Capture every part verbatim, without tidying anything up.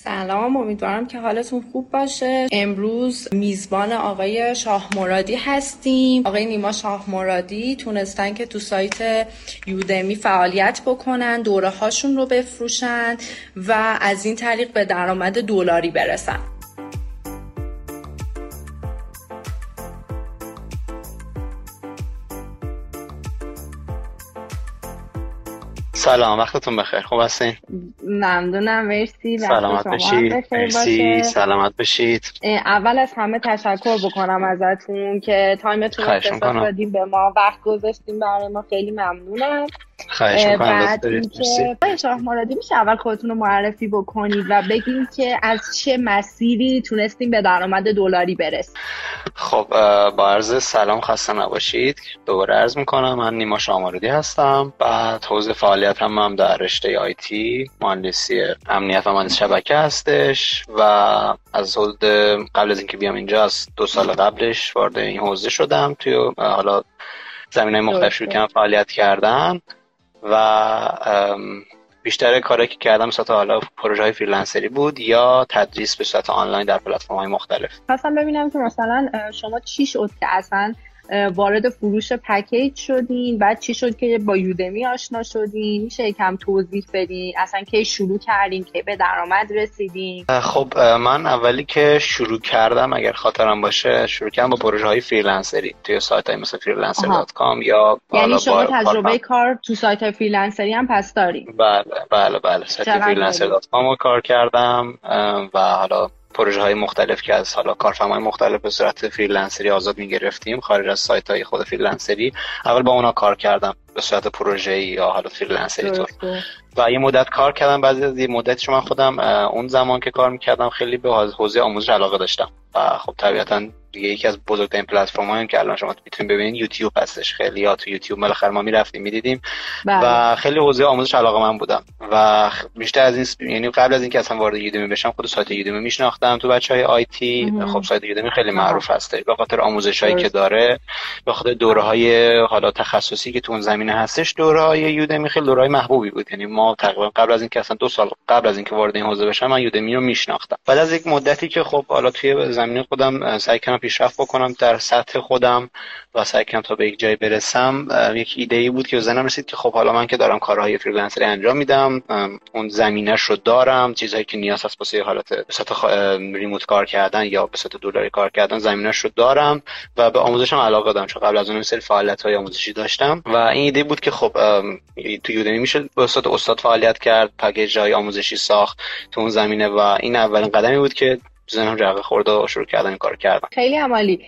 سلام، امیدوارم که حالتون خوب باشه. امروز میزبان آقای شاه مرادی هستیم. آقای نیما شاه مرادی تونستن که تو سایت یودمی فعالیت بکنن، دوره هاشون رو بفروشن و از این طریق به درآمد دلاری برسن. سلام، وقتتون بخیر. خوب هستین؟ ممنونم، مرسی. سلامت بشید. مرسی، سلامت بشید. اول از همه تشکر بکنم ازتون که تایمتون رو اختصاص دادیم به ما، وقت گذاشتیم برای ما. خیلی ممنونم. خواهش می‌کنم. بعد اینکه آقای شاه مرادی میشه اول خودتون رو معرفی بکنید و بگین که از چه مسیری تونستیم به درآمد دلاری برسیم؟ خب با عرض سلام، خسته نباشید. دوباره عرض میکنم من نیما شاه مرادی هستم. بعد حوزه فعالیت هم, هم در رشته آیتی، مهندسی امنیت و مهندسی شبکه هستش و از حدود قبل از اینکه بیام اینجا از دو سال قبلش وارد این حوزه شدم. توی حالا زمینه‌های مختلف شروع کردم فعالیت کردن و بیشتر کاری که کردم صورت حالا پروژه‌های فریلنسری بود یا تدریس به صورت آنلاین در پلتفرم‌های مختلف. خواستم ببینم که مثلا شما چی شد که اصلا وارد فروش پکیج شدین، بعد چی شد که با یودمی آشنا شدین؟ میشه یکم توضیح بدین اصلا کی شروع کردین، کی به درآمد رسیدین؟ خب من اولی که شروع کردم اگر خاطرم باشه شروع کردم با پروژه‌های فریلنسری توی سایت‌های مثل فریلنسر دات کام یا یعنی شما تجربه کار تو سایت‌های فریلنسری هم پس دارین؟ بله بله بله سایت فریلنسر دات کام رو کار کردم و حالا پروژه های مختلف که از حالا کارفرمای مختلف به صورت فریلنسری آزاد میگرفتیم خارج از سایت های خود فریلنسری، اول با اونا کار کردم به صورت پروژه‌ای یا حالا فریلنسری طور و یه مدت کار کردم. بعد از یه مدت شما خودم اون زمان که کار میکردم خیلی به حوزه آموزش علاقه داشتم و خب طبیعتاً دیگه یکی از بزرگترین پلتفرم‌هایی که الان شما میتونید ببینید یوتیوب هستش. خیلی ها تو یوتیوب بالاخره ما میرفتیم میدیدیم و خیلی حوزه آموزش علاقه من بودم و بیشتر از این یعنی قبل از اینکه اصلا وارد یودمی بشم خود سایت یودمی میشناختم تو بچهای آیتی. خب سایت یودمی خیلی معروف هست به خاطر آموزشایی که داره، به خاطر دوره‌های حالا تخصصی که تو اون زمینه هستش. دوره‌های یودمی خیلی دوره‌های محبوبی بود. یعنی ما تقریبا قبل از اینکه اصلا دو سال قبل از اینکه وارد این حوزه بشم من یودمی رو میشناختم. بعد از یک مدتی که خب حالا توی زمینه خودم سعی کردم پیشرفت بکنم در سطح خودم و سعی کردم تا به یک جای برسم، یک ایده‌ای بود که ذهنم رسید که خب حالا من که دارم کارهای فریلنسری انجام میدم، اون زمینه‌اش رو دارم، چیزایی که نیاز هست واسه حالت به صورت ریموت کار کردن یا به صورت دلاری کار کردن زمینه‌اش رو دارم و به آموزشم علاقه دارم چون قبل از اون سری فعالیت‌های آموزشی داشتم و این ایده بود که خب تو یودمی میشه به صورت استاد فعالیت کرد، پکیج‌های آموزشی ساخت تو اون زمینه و این اولین قدمی بود که ذهنم جرقه خورد و شروع کردن این کار کردن. خیلی عالی.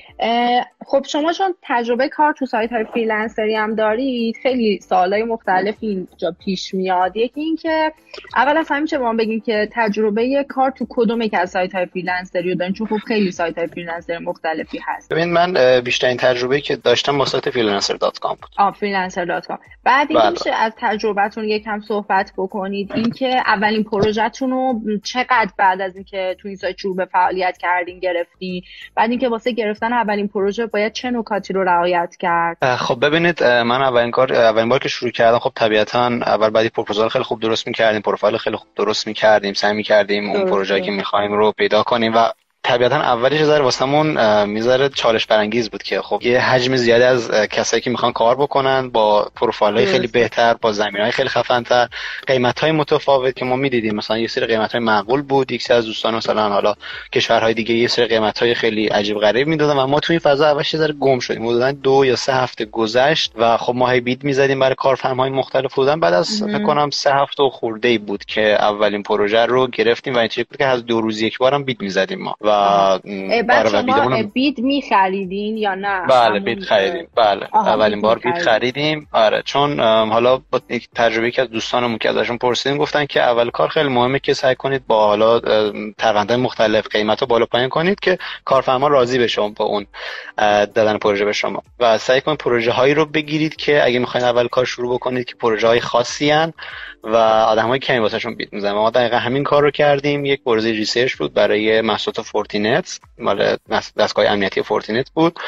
خب شما چون تجربه کار تو سایت های فریلنسری هم دارید، خیلی سوالای مختلفی اینجا پیش میاد. یکی این که اول از همه چه با من بگین که تجربه کار تو کدوم یک از سایت های فریلنسری رو دارین، چون خب خیلی سایت های فریلنسری مختلفی هست. ببین من بیشترین تجربه‌ای که داشتم با سایت فریلنسر دات کام بود. آ فریلنسر دات کام. بعد اینکه میشه از تجربهتون یکم صحبت بکنید، اینکه اولین پروژه‌تون رو چقدر بعد از اینکه تو این سایت شروع به فعالیت کردین گرفتین، بعد اینکه واسه گرفتن اولین پروژه باید چه نکاتی رو رعایت کرد؟ خب ببینید من اولین کار اولین بار که شروع کردم خب طبیعتاً اول بعدی پروپوزال خیلی خوب درست می‌کردیم، پروفایل خیلی خوب درست می‌کردیم، سعی می‌کردیم اون پروژه‌ای که می‌خوایم رو پیدا کنیم و طبیعتاً اولش ذره واسمون میذاره چالش برانگیز بود که خب یه حجم زیادی از کسایی که میخوان کار بکنن با پروفایل‌های خیلی بهتر، با زمینه‌های خیلی خفن‌تر، قیمت‌های متفاوت که ما می‌دیدیم. مثلا یه سری قیمت‌های معقول بود، یک سری از دوستان مثلا حالا کشورهای دیگه یه سری قیمت‌های خیلی عجیب غریب میدادن و ما تو این فضا اولش ذره گم شدیم. حدوداً دو یا سه هفته گذشت و خب ما هی بیت می‌زدیم برای کارفرماهای مختلف. بودن بعد از فکر کنم سه هفته و خورده‌ای بود که اولین پروژه رو گرفتیم و اینطوری بود که از دو روز یک بارم بیت می‌زدیم ما. و بعد شما بیت می‌خریدین یا نه؟ بله بیت خریدیم. بله اولین بار بیت خریدیم. آره چون حالا با یک تجربه که از دوستانمون که ازشون پرسیدیم گفتن که اول کار خیلی مهمه که سعی کنید با حالا تقاضای مختلف قیمتو بالا پایین کنید که کارفرما راضی بشه با اون دادن پروژه به شما و سعی کنید پروژه هایی رو بگیرید که اگه می‌خواید اول کار شروع بکنید که پروژه های خاصی ان و آدمای کمی واسهشون بیت میزنن. ما دقیقاً همین کار رو کردیم. یک پروژه ریسرچ بود برای محصولات فورد فورتینت، مال دستگاه امنیتی فورتینت بود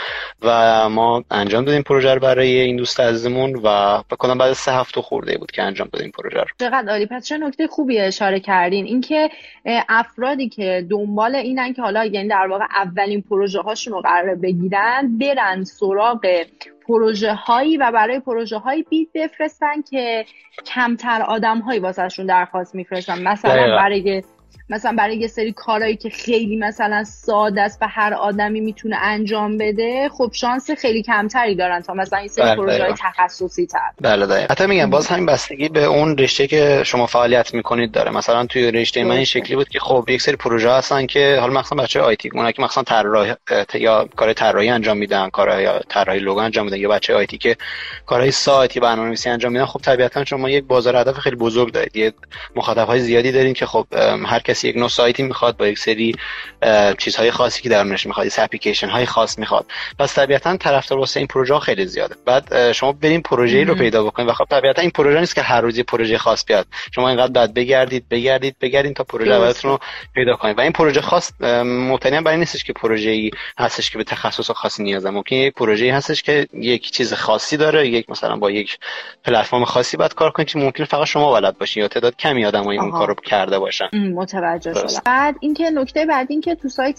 و ما انجام دادیم پروژه رو برای این دوست عزیزمون و فکر کنم بعد سه هفته خورده بود که انجام دادیم پروژه رو. چقدر عالی. پس چه نکته خوبی اشاره کردین، اینکه افرادی که دنبال اینن که حالا یعنی در واقع اولین پروژه هاشون رو قرار بگیرن برن سراغ پروژه هایی و برای پروژه هایی بیت بفرستن که کمتر آدم هایی واسهشون درخواست میفرستن. مثلا دقیقا. برای مثلا برای یه سری کارهایی که خیلی مثلا ساده است و هر آدمی میتونه انجام بده، خب شانس خیلی کمتری دارن تا مثلا این سری پروژه‌های تخصصی تر. بله دقیقاً. حتی میگم باز همین بستگی به اون رشته که شما فعالیت میکنید داره. مثلا توی رشته من این شکلی بود که خب یک سری پروژه هستن که حالا مثلا بچه‌های آی تی اونایی که مثلا طراحی یا کار طراحی انجام میدن، کارهای یا طراحی لوگو انجام میدن، یا بچه‌های آی تی که کارهای سایتی برنامه‌نویسی انجام میدن، خب طبیعتاً شما یک بازار هدف خیلی بزرگ دارید، یه مخاطب‌های زیادی دارین که خب هر کسی یک نوع سایتی میخواد با یک سری چیزهای خاصی که درونش میخواد، یه اپلیکیشن های خاص میخواد. پس طبیعتا طرفدار واسه این پروژه خیلی زیاده. بعد شما بریم پروژه‌ای رو پیدا بکنید و خب طبیعتا این پروژه نیست که هر روز یه پروژه خاص بیاد. شما اینقدر بعد بگردید بگردید بگردید تا پروژه اولتون رو پیدا کنید. و این پروژه خاص مبتنی بر این نیستش که پروژه‌ای هستش که به تخصص خاصی نیاز داره. ممکن یک پروژه‌ای هستش که یک چیز خاصی داره، یک مثلا با یک پلتفرم خاصی باید کار کنید که ممکن فقط شما بلد باشین یا تعداد کمی آدمایی اون کارو کرده باشن. متوجه شدم. بعد اینکه نکته بعد این که تو سایت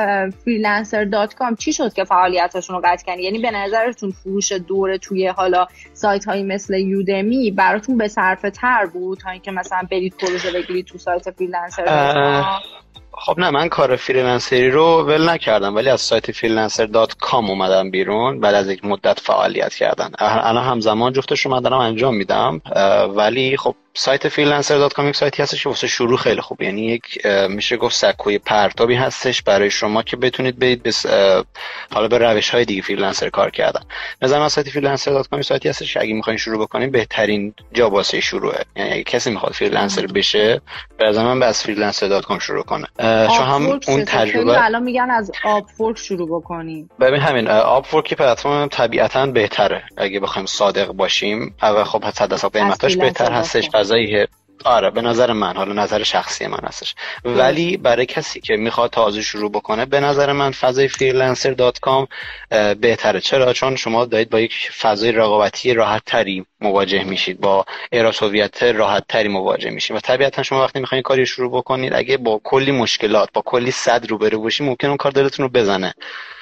فریلنسر دات کام چی شد که فعالیتاشون رو قطع کردن؟ یعنی به نظرتون فروش دوره توی حالا سایت هایی مثل یودمی براتون به صرفه تر بود تا اینکه مثلا برید پروژه بگیرید تو سایت فریلنسر دات کام؟ خب نه، من کار فریلنسری رو ول نکردم ولی از سایت فریلنسر دات کام اومدم بیرون بعد از یک مدت فعالیت کردن. الان همزمان جفتش رو من دارم انجام میدم، ولی خب سایت فریلنسر دات کام یک سایتی هستش که واسه شروع خیلی خوبه. یعنی یک میشه گفت سکوی پرتابی هستش برای شما که بتونید برید بس حالا به روش‌های دیگه فریلنسر کار کردن. مثلا سایت فریلنسر دات کام سایتی هستش که اگه می‌خواید شروع بکنید بهترین جا واسه شروعه. یعنی اگه کسی می‌خواد فریلنسر بشه به نظر من از فریلنسر دات کام شروع کنه. چون هم اون تجربه الان میگن از آپورک شروع بکنید. ببین همین آپورک پلتفرم طبیعتاً بهتره اگه بخوایم صادق باشیم. اول خب صد درصد قیمتاش بهتر هستش، فضایی آره به نظر من، حالا نظر شخصی من هستش. ولی برای کسی که میخواد تازه شروع بکنه به نظر من فضای فریلنسر دات کام بهتره. چرا؟ چون شما دارید با یک فضای رقابتی راحت تری مواجه میشید، با احراز هویت راحت تری مواجه میشید و طبیعتا شما وقتی میخواین کاری شروع بکنید اگه با کلی مشکلات با کلی صد روبرو باشید ممکن اون کار دلتون رو بزنه.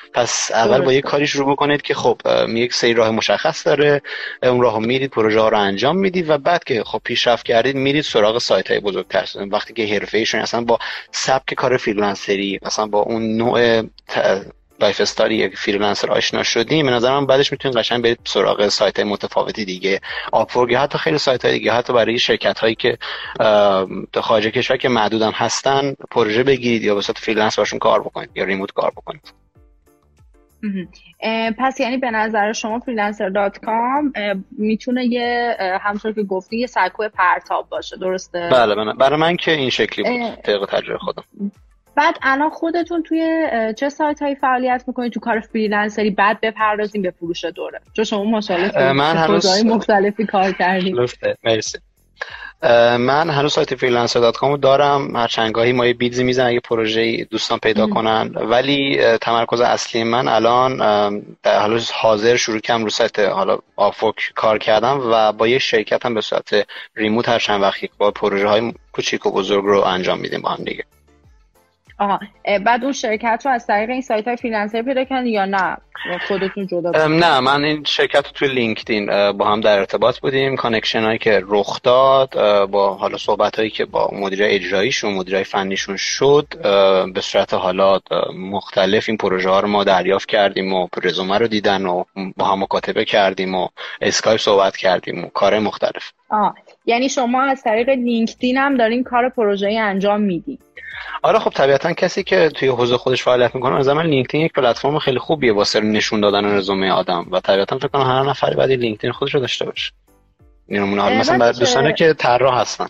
پس اول با یک کاری شروع بکنید که خب یک سری راه مشخص داره، اون راهو میرید، پروژه ها رو انجام میدید و بعد که خب پیشرفت کردید میرید سراغ سایت های بزرگتر. وقتی که حرفه‌ای شون اصلا با سبک کار فریلنسری، مثلا با اون نوع لایف استایل یک فریلنسر آشنا شدیم، به نظر من بعدش میتونید قشنگ برید سراغ سایت های متفاوتی دیگه، آپورک، حتی خیلی سایت های دیگه، حتی برای شرکت هایی که تو خارج کشور که محدود هم هستن پروژه بگیرید یا به صورت فریلنس باشون کار بکنید یا ریموت کار بکنید. پس یعنی به نظر شما فریلنسر دات کام میتونه یه همونطور که گفتی یه سکوی پرتاب باشه، درسته؟ بله من برای من که این شکلی بود طبق تجربه خودم. بعد الان خودتون توی چه سایت هایی فعالیت میکنید تو کار فریلنسری؟ بعد بپردازیم به فروش دوره، چون شما ماشاءالله تو حوزه‌های مختلفی کار کردید. درسته، مرسی. من هنوز سایت فریلنسر دات کام رو دارم، هر چندگاهی ما یه بیدزی میزنم اگه پروژه دوستان پیدا کنن، ولی تمرکز اصلی من الان در حال حاضر شروع کردم رو سایت حالا آپورک کار کردم و با یه شرکت هم به صورت ریموت هر چند وقتی با پروژه های کوچیک و بزرگ رو انجام میدیم با هم دیگه. آها، بعد اون شرکت رو از طریق این سایت های فریلنسر پیدا کردن یا نه خودتون جدا بودید؟ نه، من این شرکت رو توی لینکدین با هم در ارتباط بودیم، کانکشن هایی که رخ داد با حالا صحبت هایی که با مدیر اجراییشون مدیرای فنیشون شد به صورت حالا مختلف این پروژه ها رو ما دریافت کردیم و رزومه رو دیدن و با هم مکاتبه کردیم و اسکایپ صحبت کردیم و کار مختلف. آه، یعنی شما از طریق لینکدین هم دارین کار پروژه‌ای انجام میدید؟ آره خب طبیعتا کسی که توی حوزه خودش فعالیت میکنه از زمان لینکدین یک پلتفرم خیلی خوبیه واسه نشون دادن رزومه آدم و طبیعتا فکر کنم هر نفری باید لینکدین خودش رو داشته باشه. این نمونه حال مثلا برای دوستانی که طراح هستن.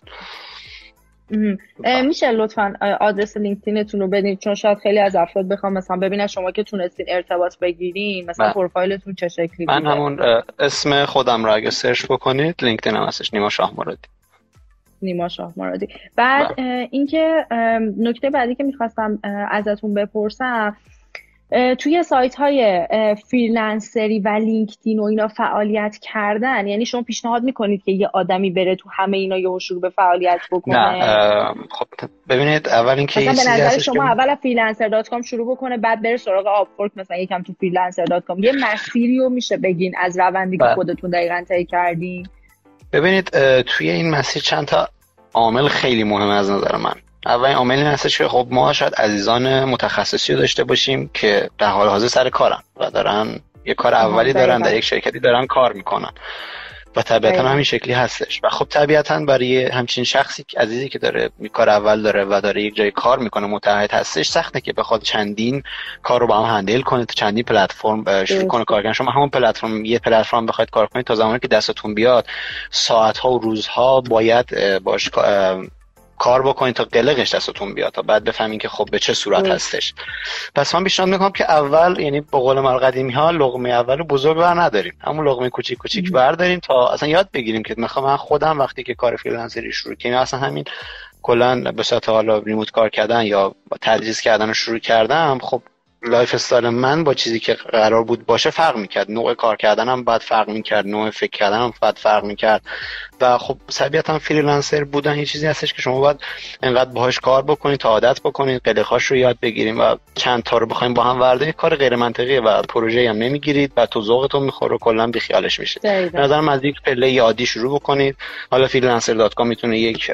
میشه لطفاً آدرس لینکدینتون رو بدین، چون شاید خیلی از افراد بخوام مثلا ببینن شما که تونستین ارتباط بگیرین، مثلا من. پروفایلتون چه شکلی؟ من همون اسم خودم رو اگه سرچ بکنید لینکدین هم هستش، نیما شاه مرادی. نیما شاه مرادی. بعد اینکه نکته بعدی که میخواستم ازتون بپرسم، توی سایت های فریلنسری و لینکدین و اینا فعالیت کردن، یعنی شما پیشنهاد میکنید که یه آدمی بره تو همه اینا یهو شروع به فعالیت بکنه؟ نه خب ببینید، اول اینکه مثلا به نظر شما اول از فریلنسر دات کام شروع بکنه بعد بره سراغ آپورک، مثلا یکم تو فریلنسر دات کام یه مسیری رو میشه بگین از روندی که خودتون دقیقاً طی کردین؟ ببینید توی این مسیر چند تا عامل خیلی مهم از نظر من. اولین عامل این هستش که خب ما شاید عزیزان متخصصی رو داشته باشیم که در حال حاضر سر کارن و دارن یه کار اولی دارن در یک شرکتی دارن کار میکنن و طبیعتا همین شکلی هستش و خب طبیعتا برای همچین شخصی عزیزی که داره کار اول داره و داره یک جای کار میکنه متعهد هستش، سخته که بخواد چندین کار رو با هم هندل کنه، تا چندین پلتفرم شروع کنه کار کردن. شما همون پلتفرم یه پلتفرم بخواید کار کنید تا زمانی که دستتون بیاد ساعت‌ها و روزها باید باش کار بکنید تا قلقش دستتون بیاد تا بعد بفهمین که خب به چه صورت اه. هستش. پس من پیشنهاد میکنم که اول، یعنی به قول ما قدیمی ها، لقمه اول بزرگ بر نداریم، همون لقمه کوچیک کوچیک برداریم تا اصلا یاد بگیریم که مثلا من خودم وقتی که کار فریلنسری شروع کردم، اصلا همین کلا به صورت حالا ریموت کار کردن یا تدریس کردن رو شروع کردم، خب لایف استایل من با چیزی که قرار بود باشه فرق میکرد، نوع کار کردنم باید فرق میکرد، نوع فکر کردنم باید فرق میکرد و خب طبیعتا فریلنسر بودن یه چیزی هستش که شما باید انقدر باهاش کار بکنید تا عادت بکنید، قلقاش رو یاد بگیریم و چند تا رو بخوایم با هم ورداریم کار غیر منطقیه و پروژه‌ای هم نمیگیرید و تو ذوقتون میخوره و کلا بی خیالش میشید. به نظرم از یک پله عادی شروع بکنید. حالا فریلنسر دات کام میتونه یک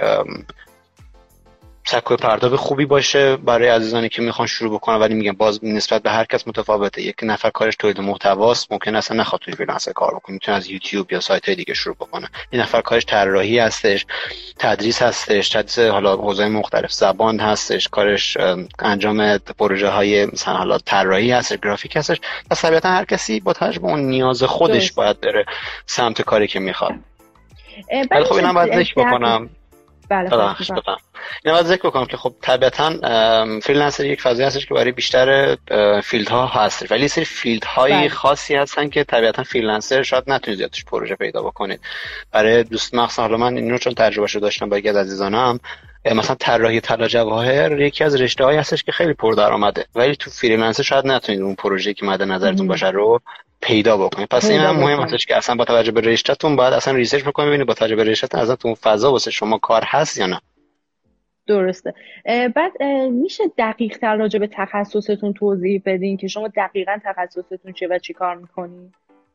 سکوی پرداخت خوبی باشه برای عزیزانی که میخوان شروع بکنن، ولی میگم باز نسبت به هر کس متفاوته. یک نفر کارش تولید محتواست، ممکن اصلا نخواد توی فریلنسر کار بکنه، میتونه از یوتیوب یا سایت‌های دیگه شروع بکنه. این نفر کارش طراحی هستش، تدریس هستش، تدریس حالا حوزه‌های مختلف، زبان هستش، کارش انجام پروژه‌های مثلا حالا طراحی هست، گرافیک هستش. پس طبیعتا هر کسی با توجه به اون نیاز خودش دوست. باید بره سمت کاری که میخواد. ولی خب اینم باید ذکر بکنم بله بله اینو باید ذکر بکنم که خب طبیعتا فریلنسر یک فضایی هستش که برای بیشتر فیلدها هست، ولی سری فیلدهای بله. خاصی هستن که طبیعتا فریلنسر شاید نتونید زیادش پروژه پیدا بکنید. برای دوست مخصوصا حالا من اینو چون تجربهشو داشتم با یکی از عزیزانم، مثلا طراحی طلا جواهر یکی از رشته‌هایی هستش که خیلی پردرآمده، ولی تو فریلنسر شاید نتونید اون پروژه‌ای که مد نظرتون باشه رو پیدا بکنید. پس این هم مهم هستش که اصلا با توجه به رشته‌تون باید اصلا ریسرچ بکنید ببینید با توجه به رشته‌تون اصلا تو اون فضا واسه شما کار هست یا نه. درسته. بعد میشه دقیق تر راجع به تخصصتون توضیح بدین که شما دقیقاً تخصصتون چیه و چی کار میکنین؟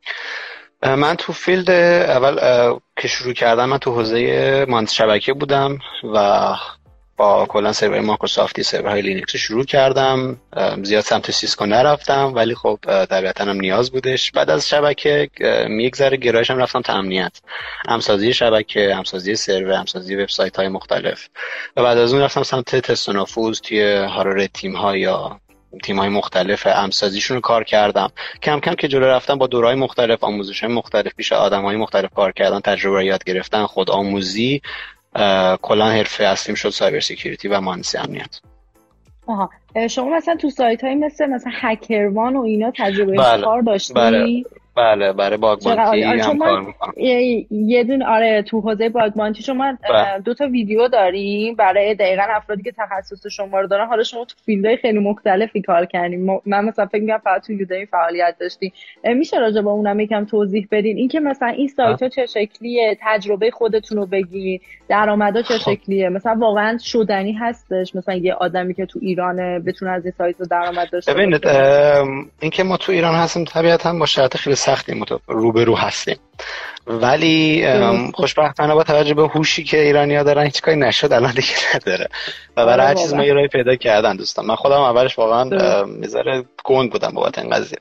من تو فیلد اول که شروع کردم من تو حوزه مهندسی شبکه بودم و با کلا سرور مایکروسافتی، سرورهای لینوکس شروع کردم. زیاد سمت سیسکو نرفتم ولی خب طبیعتاً هم نیاز بودش. بعد از شبکه یک ذره گرایشم رفتم تا امنیت، همسازی شبکه، همسازی سرور، همسازی وبسایت‌های مختلف و بعد از اون رفتم سمت تست و نفوذ توی حراره تیم‌ها یا تیم‌های مختلف همسازیشون رو کار کردم. کم کم که جلو رفتم با دوره‌های مختلف، آموزش‌های مختلف، پیش آدم‌های مختلف کار کردن، تجربه رو یاد گرفتن، خود آموزی، کلا حرفه اصلیم شد سایبر سکیوریتی و مهندسی امنیت. آها، شما مثلا تو سایت‌های مثل مثلا هکروان و اینا تجربه بله. کار داشتی؟ بله. بله برای باگبانتی هم کار میکنم. یه دون آره تو حوزه باگبانتی شما دو تا ویدیو داریم برای دقیقاً افرادی که تخصص شما رو دارن. حالا شما تو فیلدهای خیلی مختلفی کار کردین. من مثلا فکر می‌کنم فقط تو یودمی فعالیت داشتین. میشه راجع به اونم یکم توضیح بدین اینکه مثلا این سایت‌ها چه شکلیه، تجربه خودتون رو بگین، درآمدها چه شکلیه، مثلا واقعاً شدنی هستش مثلا یه آدمی که تو ایرانه بتونه از این سایت درآمد داشته باشه؟ ببینید اینکه ما تو ایران هستیم طبیعتاً با شرایط خیلی سختیم روبرو هستیم، ولی خوشبختانه با توجه به هوشی که ایرانی‌ها دارن هیچ کاری نشد الان دیگه نداره و برای هر چیز ما یه راهی پیدا کردن. دوستان من خودم اولش واقعا میذاره گنگ بودم بابت این قضیه.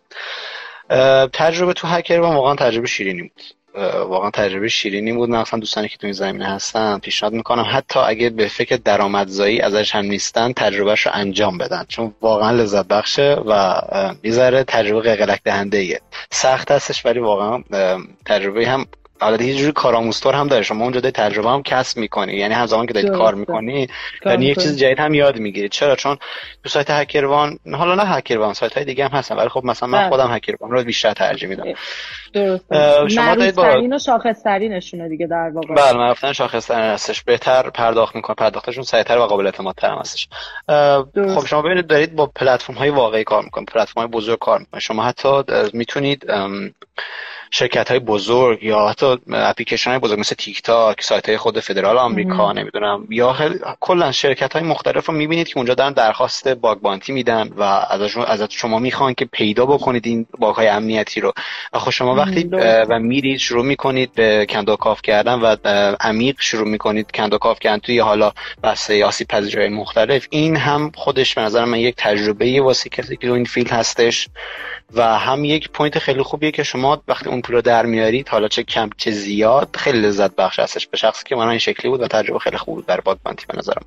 تجربه تو هکروان واقعا تجربه شیرینی بود، واقعا تجربه شیرینی بود. من اصلا دوستانی که تو این زمینه هستن پیشنهاد میکنم حتی اگه به فکر درآمدزایی ازش هم نیستن تجربهش رو انجام بدن، چون واقعا لذت بخشه و میذاره تجربه قلق دهنده ایه. سخت هستش ولی واقعا تجربه هم حالا یه جوری کارآموزتور هم داره، شما اونجا داری تجربه هم کسب می‌کنی، یعنی همزمان که داری کار می‌کنی یعنی یک چیز جدید هم یاد می‌گیری. چرا؟ چون تو سایت هکروان، حالا نه هکروان، سایت‌های دیگه هم هستن، ولی خب مثلا من خودم هکروان رو بیشتر ترجیح میدم. درسته. شما دارید با و شاخص‌ترینشونه دیگه در واقع. بله، معروف‌ترین شاخص‌ترین هستش، بهتر پرداخت می‌کنه، پرداختشون سریع‌تر و قابل اعتمادتر هستش. خب شما ببینید دارید با پلتفرم‌های واقعی کار می‌کنید، پلتفرم‌های بزرگ کار می‌کنید. شما حتی می‌تونید شرکت‌های بزرگ یا حتی اپلیکیشن‌های بزرگ مثل تیک تاک، سایت‌های خود فدرال آمریکا، نمیدونم، یا کلا شرکت‌های مختلف رو می‌بینید که اونجا دارن درخواست باگ بانتی میدن و ازشون از شما می‌خوان که پیدا بکنید این باگ‌های امنیتی رو. و خب شما وقتی و میرید شروع می‌کنید به کندوکاف کردن و عمیق شروع می‌کنید کندوکاف کردن توی حالا بحث آسیب پذیری مختلف، این هم خودش به نظر من یک تجربه واسه کسی که این فیلد هستش و هم یک پوینت خیلی خوبیه که شما وقتی اون پول رو در میارید، حالا چه کم چه زیاد، خیلی لذت بخش هستش. به شخصی که من این شکلی بود و تجربه خیلی خوب بود برای باگ بانتی به نظرم.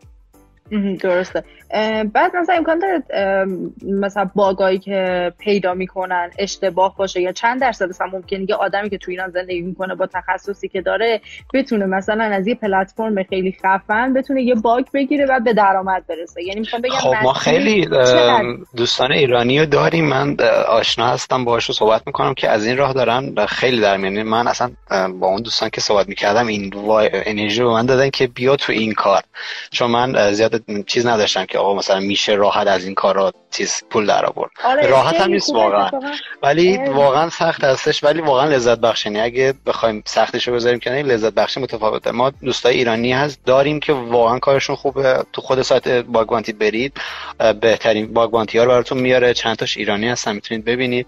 درسته. بعد مثلا امکان داره مثلا باگایی که پیدا میکنن اشتباه باشه، یا چند درصد مثلا ممکنه یه آدمی که تو ایران زندگی میکنه با تخصصی که داره بتونه مثلا از یه پلتفرم خیلی خفن بتونه یه باگ بگیره و به درآمد برسه؟ یعنی میخوام بگم خب ما خیلی دوستان ایرانی رو داریم، من آشنا هستم باهاشون صحبت میکنم که از این راه دارن خیلی در میانه. من اصلا با اون دوستان که صحبت میکردم این انرژی به من دادن که بیا تو این کار، چون من زیاد چیز نداشتم که آقا مثلا میشه راحت از این کارا چیز پول در آورد. آره راحت هم نیست واقعا، ولی اه. واقعا سخت هستش، ولی واقعا لذت بخشنی. اگه بخوایم سختشو بذاریم کنار، لذت بخش متفاوته. ما دوستای ایرانی هست داریم که واقعا کارشون خوبه. تو خود سایت باگ بانتی برید، بهترین باگ بانتی ها رو براتون میاره، چند تاش ایرانی هستن میتونید ببینید.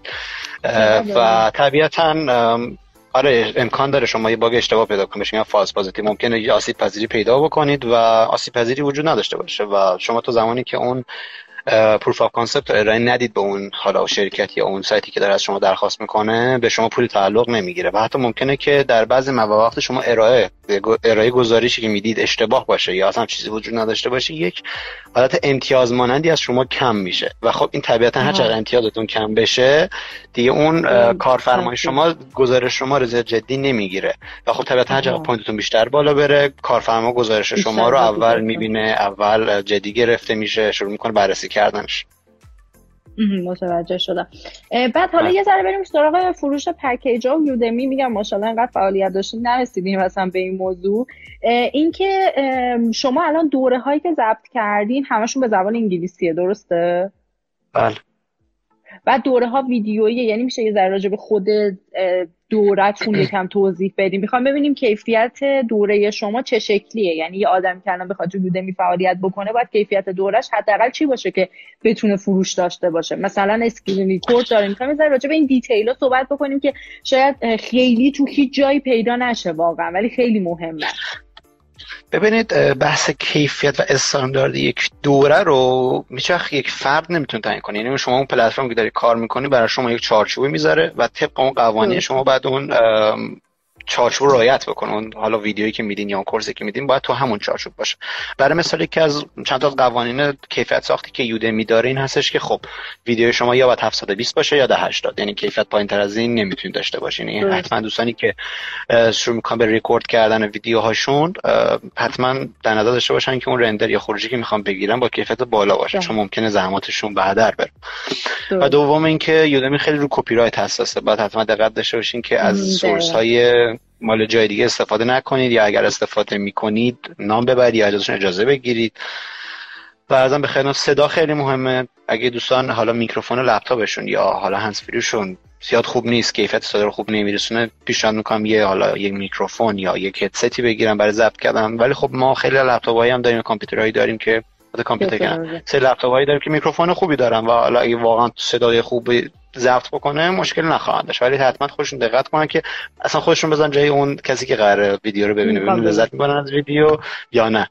و طبیعتاً آره امکان داره شما یه باگ اشتباه پیدا کنید، بهش میگن فالس پازیتیو، ممکنه یه آسیب پذیری پیدا بکنید و آسیب پذیری وجود نداشته باشه و شما تو زمانی که اون پروف آف کانسپت ارائه ندید به اون حالا شرکت یا اون سایتی که داره از شما درخواست میکنه، به شما پولی تعلق نمیگیره و حتی ممکنه که در بعضی مواقع شما ارائه ارائه گزارشی که میدید اشتباه باشه یا اصلا چیزی وجود نداشته باشه، یک حالت امتیاز مانندی از شما کم میشه و خب این طبیعتا هر چقدر امتیازتون کم بشه دیگه اون کارفرمای شما گزارش شما رو جدی نمیگیره و خب طبیعتا هر چقدر پوینتتون بیشتر بالا بره، کارفرما گزارش شما رو اول میبینه، اول جدی گرفته میشه، شروع میکنه بررسی کردنش. متوجه شدم. بعد حالا یه ذره بریم سراغ فروش پکیج‌ها و یودمی. میگم ماشاءالله انقدر فعالیت داشتین نرسیدیم مثلا به این موضوع. اینکه شما الان دوره هایی که ضبط کردین همشون به زبان انگلیسیه، درسته؟ بله. بعد دوره ها ویدیویی، یعنی میشه یه ذره راجع به خود دوره‌تون یکم توضیح بدیم. میخوام ببینیم کیفیت دوره شما چه شکلیه، یعنی یه آدمی که الان بخواد تو یودمی فعالیت بکنه باید کیفیت دورهش حداقل چی باشه که بتونه فروش داشته باشه. مثلا اسکرین ریکورد داریم، میخوام یه ذره راجع به این دیتیل‌ها صحبت بکنیم که شاید خیلی تو هیچ جایی پیدا نشه واقعا، ولی خیلی مهمه. ببینید بحث کیفیت و استاندارد یک دوره رو هیچوقت یک فرد نمیتونه تعیین کنه. یعنی شما اون پلتفرم که داری کار میکنی برای شما یک چارچوبی میذاره و طبق اون قوانین شما بعد اون چارچوب رو رعایت بکنه. اون حالا ویدیویی که میدین یا اون کورسی که میدین باید تو همون چارچوب باشه. برای مثال یکی از چند تا قوانین کیفیت ساختی که یودمی داره این هستش که خب ویدیو شما یا باید هفتصد و بیست باشه یا ده هشتاد، یعنی کیفیت پایین‌تر از این نمیتونید داشته باشین. یعنی حتما دوستانی که شروع میکنن به ریکورد کردن ویدیوهاشون حتما در نظر داشته باشن که اون رندر یا خروجی که میخوان بگیرن با کیفیت بالا باشه، چون ممکنه زحماتشون به هدر بره. و دوم اینکه یودمی خیلی رو کپی رایت حساسه، باید حتما دقت داشته باشین که از سورس های مال جای دیگه استفاده نکنید یا اگر استفاده میکنید نام ببرید یا ازشون اجازه بگیرید. و ازم به خدمت صدا خیلی مهمه. اگه دوستان حالا میکروفون و لپتاپشون یا حالا هندز فریشون زیاد خوب نیست، کیفیت صدا رو خوب نمیرسونه، پیشنهاد میکنم یه حالا یک میکروفون یا یک هدستی بگیرن برای ضبط کردن. ولی خب ما خیلی لپتاپ‌هایی هم داریم، کامپیوترهایی داریم که خود کامپیوتر کنن، سه لپتاپ‌هایی داریم که میکروفون خوبی دارن و حالا اگه واقعا صدای خوبی ضبط بکنه مشکل نخواهند داشت، ولی حتما خودشون دقت کنن که اصلا خودشون بزن جای اون کسی که قراره ویدیو رو ببینه، ببینه لذت میبرن از ویدیو یا نه.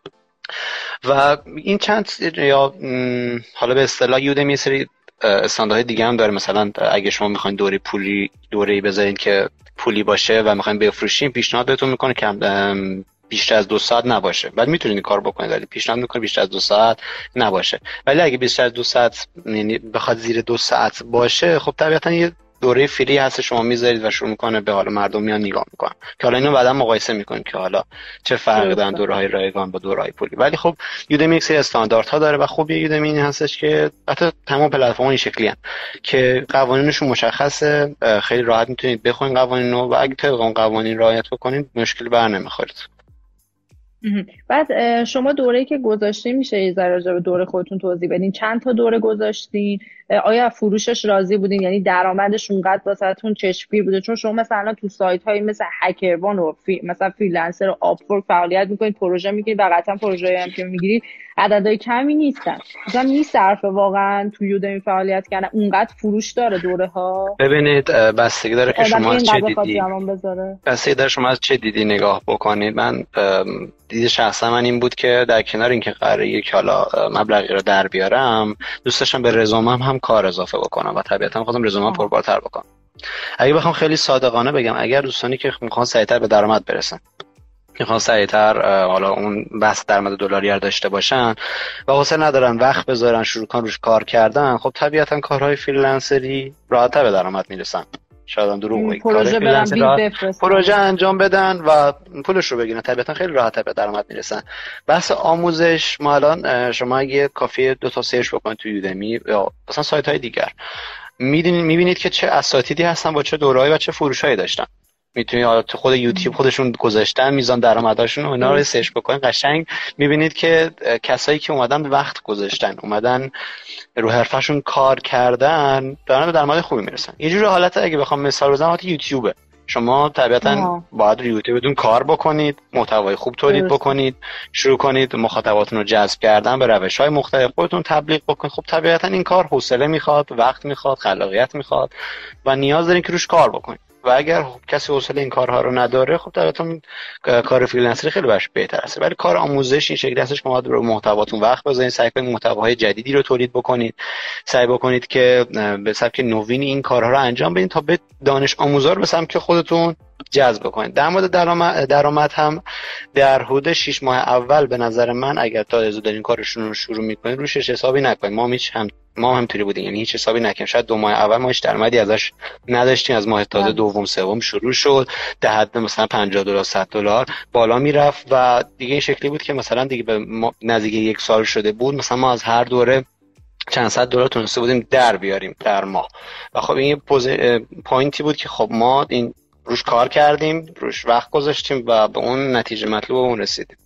و این چند یا حالا به اصطلاح یودمی یه سری استانداردهای دیگه هم داره. مثلا اگه شما میخواین دوره پولی دوره‌ای بذارین که پولی باشه و میخواین بفروشین، پیشنهاد بهتون میکنه که بیشتر از دو ساعت نباشه. بعد میتونید کار بکنید ولی پیشنهاد میکنه بیشتر از دو ساعت نباشه. ولی اگه بیشتر از دو ساعت یعنی بخواد زیر دو ساعت باشه، خب طبیعتا یه دوره فری هست شما میذارید و شروع میکنه به حال مردم میان نگاه میکنن که حالا اینو بعدا مقایسه میکنیم که حالا چه فرقی دارن دوره‌های رایگان با دوره‌های پولی. ولی خب یودمی یک سری استانداردها داره و خب یودمی این هستش که حتی تمام پلتفرم‌ها این شکلی هستن که قوانینشون مشخصه، خیلی راحت میتونید بخونید قوانین رو و اگه طبق اون قوانین رعایت بکنید مشکلی بر نمیخورید. بعد شما دوره‌ای که گذاشتین میشه یه ذره راجع به دوره خودتون توضیح بدین؟ چند تا دوره گذاشتین؟ آیا فروشش راضی بودین؟ یعنی درآمدش اونقدر واسهتون چشمگیر بوده؟ چون شما مثلا تو سایت‌هایی مثل هکروان و فی... مثلا فریلنسر و آپورک فعالیت میکنید، پروژه میگیرید و قطعا پروژه‌ای هم که میگیرید عددهای کمی نیستن. مثلا میصرفه واقعا تو یودمی فعالیت کردن؟ اونقدر فروش داره دوره‌ها؟ ببینید بستگی داره که شما از چه دیدی بستگی داره شما از چه دیدی نگاه بکنید. من دید شخصا من این بود که در کنار اینکه قراره یک حالا مبلغی رو در بیارم، دوست داشتم به رزومم هم کار اضافه بکنم و طبیعتا می‌خواستم رزومم پربارتر بکنم. اگه بخوام خیلی صادقانه بگم، اگر دوستانی که میخوان سریعتر به درآمد برسن، میخوان سریعتر حالا اون بحث درآمد دلاری رو داشته باشن و حوصله ندارن وقت بذارن شروع کن روش کار کردن، خب طبیعتا کارهای فریلنسری راحت‌تر به درآمد میرسن. شاید هم دروغ بگم، پروژه برن پروژه انجام بدن و پولش رو بگیرن، طبیعتا خیلی راحت‌تر به درآمد میرسن. بحث آموزش، ما الان شما اگه کافیه دو تا سرچ بکنید تو یودمی یا مثلا سایت‌های دیگر، میبینید که چه اساتیدی هستن با چه دوره‌ای و چه فروشایی داشتن. میتونید حالا تو خود یوتیوب خودشون گذاشتن میزان درآمدشون و اینا رو سرچ بکنید، قشنگ میبینید که کسایی که اومدن وقت گذاشتن، اومدن رو حرفشون کار کردن، دارن به درآمد خوبی میرسن. یه جور حالت اگه بخوام مثال بزنم حالت یوتیوبه. شما طبیعتا باید رو یوتیوبتون کار بکنید، محتوای خوب تولید بکنید، شروع کنید مخاطباتون رو جذب کردن به روش‌های مختلف خودتون تبلیغ بکنید. خب طبیعتا این کار حوصله میخواد، وقت میخواد، خلاقیت میخواد و نیاز دارین که روش کار بکنید. و اگر کسی حوصله این کارها رو نداره، خب طبعا کار فریلنسری خیلی براش بهتر است. ولی کار آموزش این شکلی هستش که ما رو محتواتون وقت بذارید، سعی کنید محتواهای جدیدی رو تولید بکنید، سعی بکنید که به سبک نوین این کارها رو انجام بدین تا به دانش آموزار به سمت خودتون جذب بکنید. در مورد درآمد درآمد هم در حدود شش ماه اول به نظر من اگر تا دارین کارشون رو شروع میکنید روش حسابی نکنید. ما هیچ هم ما همینطوری بودیم، یعنی هیچ حسابی نکنیم. شاید دو ماه اول ما هیچ درآمدی ازش نداشتیم، از ماه تازه دوم سوم شروع شد، در حد مثلا پنجاه دلار صد دلار بالا میرفت و دیگه این شکلی بود که مثلا دیگه به نزدیک یک سال شده بود مثلا ما از هر دوره چند صد دلار تونسته بودیم در بیاریم در ماه. و خب این پوینتی بود که خب ما این روش کار کردیم، روش وقت گذاشتیم و به اون نتیجه مطلوب اون رسیدیم.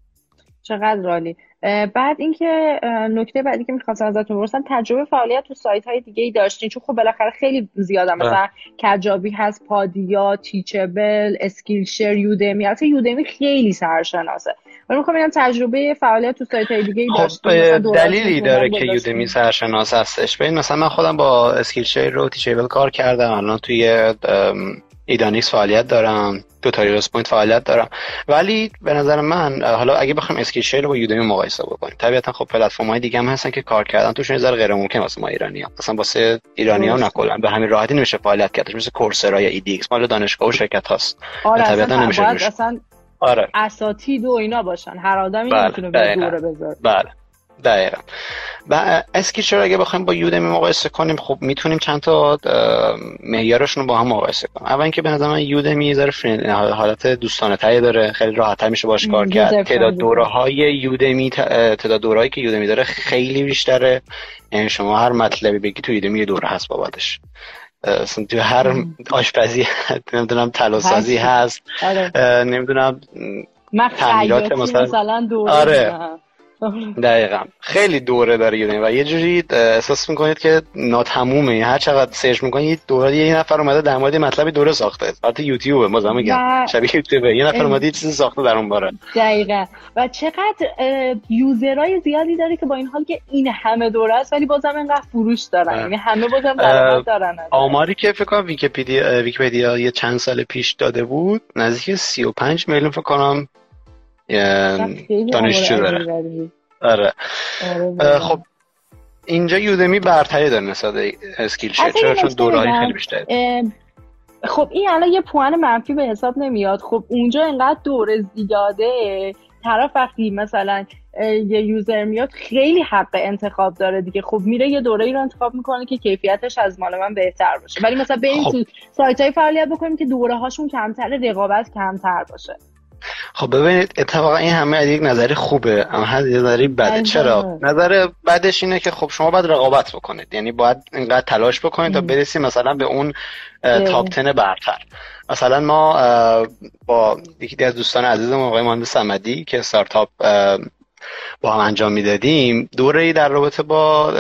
چقدر عالی. بعد اینکه نکته بعدی که می‌خواستم ازتون بپرسم، تجربه فعالیت تو سایت‌های دیگه‌ای داشتین؟ چون خب بالاخره خیلی زیاده، مثلا کجابی هست، پادیا، تیچبل، اسکیلشر، یودمی. اصلا یودمی خیلی سرشناسه. من می‌خوام ببینم تجربه فعالیت تو سایت‌های دیگه‌ای داشتین؟ خب دلیلی داره که یودمی سرشناس هستش. ببین مثلا من خودم با اسکیلشر و تیچبل کار کردم، الان توی ایدانیکس فعالیت دارم، تو تاریخ پوینت فعالیت دارم. ولی به نظر من حالا اگه بخوام اسکیلشر رو با یودمی مقایسه بکنیم، طبیعتا خب پلتفرم‌های دیگه هم هستن که کار کردن توشون یه ذره غیر ممکنه واسه ما ایرانی‌ها. مثلا واسه ایرانی‌ها نکلا به همین راحتی نمیشه فعالیت کرد، مثل کورسرا یا ای دی ایکس مال دانشگاه و شرکت هاست. آره طبیعتا نمیشه روش. اصلا آره اساتید و اینا باشن، هر آدمی نمیتونه به دوره بذاره. بله دقیقاً. و اسکیلشر اگه بخوایم با یودمی مقایسه کنیم، خب میتونیم چند تا معیارشون رو با هم مقایسه کنیم. اول اینکه به نظر من یودمی یه ذره حالت دوستانه تری داره، خیلی راحت‌تر میشه باش کار کرد. تعداد دوره‌های یودمی تعداد دوره‌هایی که یودمی داره خیلی بیشتره. یعنی شما هر مطلبی بگی تو یودمی یه دوره هست بابتش. اصلا تو هر آشپزی نمیدونم طلاسازی هست، نمیدونم تعمیرات مثلا دوره. آره دقیقاً خیلی دوره داره یودمی و یه جوری احساس میکنید که ناتمومه. هر چقدر سرچ میکنید دوره یه نفر اومده در مورد مطلبی دوره ساخته. البته یوتیوبه، ما میگم شبیه یوتیوبه، یه نفر اومده یه چیزی ساخته در اون باره. دقیقاً. و چقدر یوزرای زیادی داره که با این حال که این همه دوره است ولی بازم اینقدر فروش دارن، یعنی همه بازم درآمد دارن. آماری که فکر کنم ویکی‌پدیا ویکی‌پدیا یه چند سال پیش داده بود نزدیک سی و پنج میلیون فکر کنم دانشجو داره. آره. آره خب اینجا یودمی برتری داره نسبت اسکیلشر، چرا؟ چون دوره‌های خیلی بیشتره. خب این الان یه پوان منفی به حساب نمیاد. خب اونجا اینقدر دوره زیاده، طرف وقتی مثلا یه یوزر میاد خیلی حق انتخاب داره دیگه. خب میره یه دوره‌ای رو انتخاب میکنه که کیفیتش از مال من بهتر باشه، ولی مثلا بریم خب. تو سایت‌های فعالیت بکنیم که دوره‌هاشون کمتر، رقابت کمتر باشه. خب ببینید اتفاقا این همه از یک نظری خوبه اما از یک نظری بده. چرا؟ نظر بعدش اینه که خب شما باید رقابت بکنید، یعنی باید اینقدر تلاش بکنید تا برسید مثلا به اون تاپ ده برتر. مثلا ما با یکی از دوستان عزیزم آقای مهندس صمدی که استارتاپ با هم انجام میدادیم دوره‌ای در رابطه با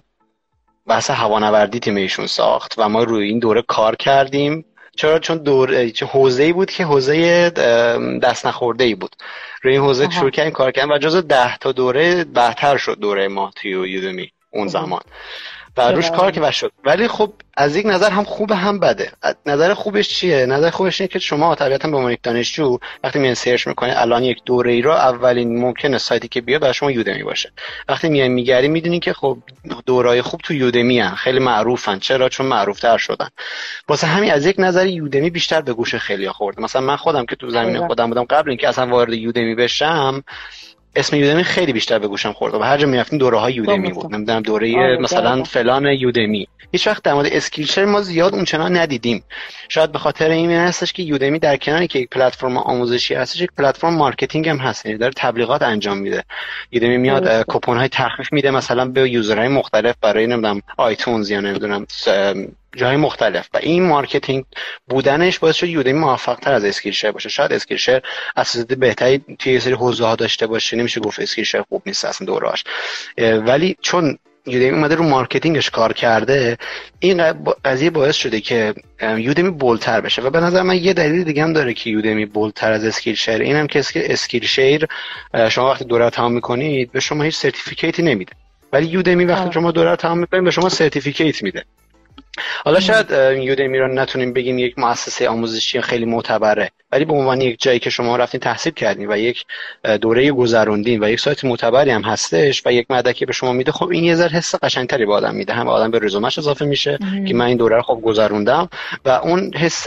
بحث هوانوردی تیم ایشون ساخت و ما روی این دوره کار کردیم. چرا؟ چون دور چه حوزه‌ای بود که حوزه دست نخورده‌ای بود. روی این حوزه شروع کردیم کار کردیم و جزو ده تا دوره بهتر شد دوره ما توی یودمی اون زمان و روش کار که شد. ولی خب از یک نظر هم خوبه هم بده. نظر خوبش چیه؟ نظر خوبش اینه که شما طبیعتا به عنوان یک دانشجو وقتی میان سرچ میکنید الان یک دوره ای رو اولین ممکنه سایتی که بیاد برای شما یودمی باشه. وقتی میان میگردید میدونین که خب دوره‌های خوب تو یودمی ان، خیلی معروفن. چرا؟ چون معروف‌تر شدن. واسه همین از یک نظر یودمی بیشتر به گوش خیلیا خورد. مثلا من خودم که تو زمینه خودم بودم قبل اینکه اصلا وارد یودمی بشم اسم یودمی خیلی بیشتر به گوشم خورد و هر جا میرفتیم دوره‌های یودمی بود. نمیدونم دوره مثلا فلان یودمی. هیچ وقت در مورد اسکیلشر ما زیاد اونچنان ندیدیم. شاید به خاطر این هستش که یودمی در کناری که یک پلتفرم آموزشی هستش یک پلتفرم مارکتینگ هم هست، یعنی داره تبلیغات انجام میده. یودمی میاد کوپن‌های تخفیف میده مثلا به یوزرهای مختلف برای نمیدونم آیتونز یا نمیدونم جای مختلف و این مارکتینگ بودنش باعث شد یودمی موفق‌تر از اسکیلشر باشه. شاید اسکیلشر اساسات بهتری توی یه سری حوزه‌ها داشته باشه، نمیشه گفت اسکیلشر خوب نیست اصلا دوره‌اش، ولی چون یودمی اومده رو مارکتینگش کار کرده این قضیه باعث شده که یودمی بولتر بشه. و به نظر من یه دلیل دیگه هم داره که یودمی بولتر از اسکیلشر، اینم که اسکیلشر شما وقتی دوره رو تمام می‌کنید به شما هیچ سرتیفیکیتی نمیده، ولی یودمی وقتی شما دوره رو تمام می‌کنید به شما سرتیفیکیت میده. حالا شاید یودمی رو نتونیم بگیم یک مؤسسه آموزشی خیلی معتبره، ولی به عنوان یک جایی که شما رفتین تحصیل کردین و یک دوره گذروندین و یک سایت معتبری هم هستش و یک مدرکی به شما میده، خب این یه ذره حس قشنگتری به آدم میده. هم آدم به رزومش اضافه میشه ام. که من این دوره رو خب گذروندم و اون حس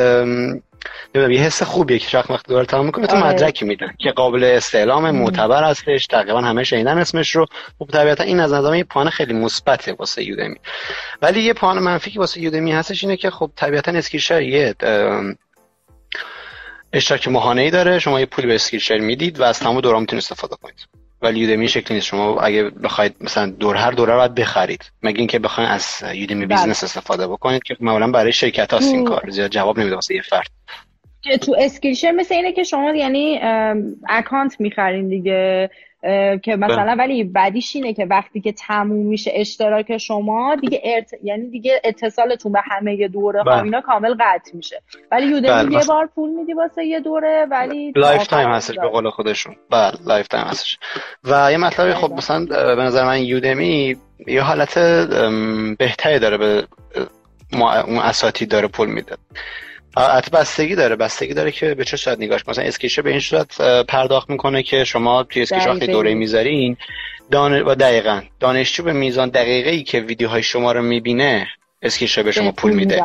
نمیدونم یه حس خوبیه که شخص وقتی دوره تمام میکنه تو مدرکی میدن که قابل استعلام معتبر هستش، تقریبا همه شنیدن اسمش رو. خب طبیعتا این از نظر یه پوان خیلی مثبته واسه یودمی. ولی یه پوان منفی که واسه یودمی هستش اینه که خب طبیعتا اسکیلشر یه اشتراک ماهانه‌ای داره، شما یه پولی به اسکیلشر میدید و از تمام دوره میتونید استفاده کنید. ولی یودمی شکلی نیست. شما اگه بخواید مثلا دور هر دوره رو باید بخرید، مگه اینکه بخواید از یودمی بیزنس استفاده بکنید که معمولا برای شرکت هاست این کار، زیاد جواب نمیده واسه یه فرد. که تو اسکیلشر مثل اینه که شما یعنی اکانت میخرین دیگه که مثلا، ولی بعدیش اینه که وقتی که تموم میشه اشتراک شما دیگه ارت... یعنی دیگه اتصالتون به همه دوره ها اینا کامل قطع میشه. ولی یودمی یه بار پول میدی واسه یه دوره ولی لایف تایم هستش به قول خودشون. بله لایف تایم هستش. و یه مطلبی خب مثلا به نظر من یودمی یه حالت بهتری داره به اون اساتید داره پول میده. البته بستگی داره بستگی داره که به چه صورت نگاهش. مثلا اسکیلشر به این صورت پرداخت میکنه که شما توی اسکیلشر وقتی دوره میذارین دان و دقیقاً دانشجو به میزان دقیقه‌ای که ویدیوهای شما رو میبینه اسکیلشر به شما پول میده.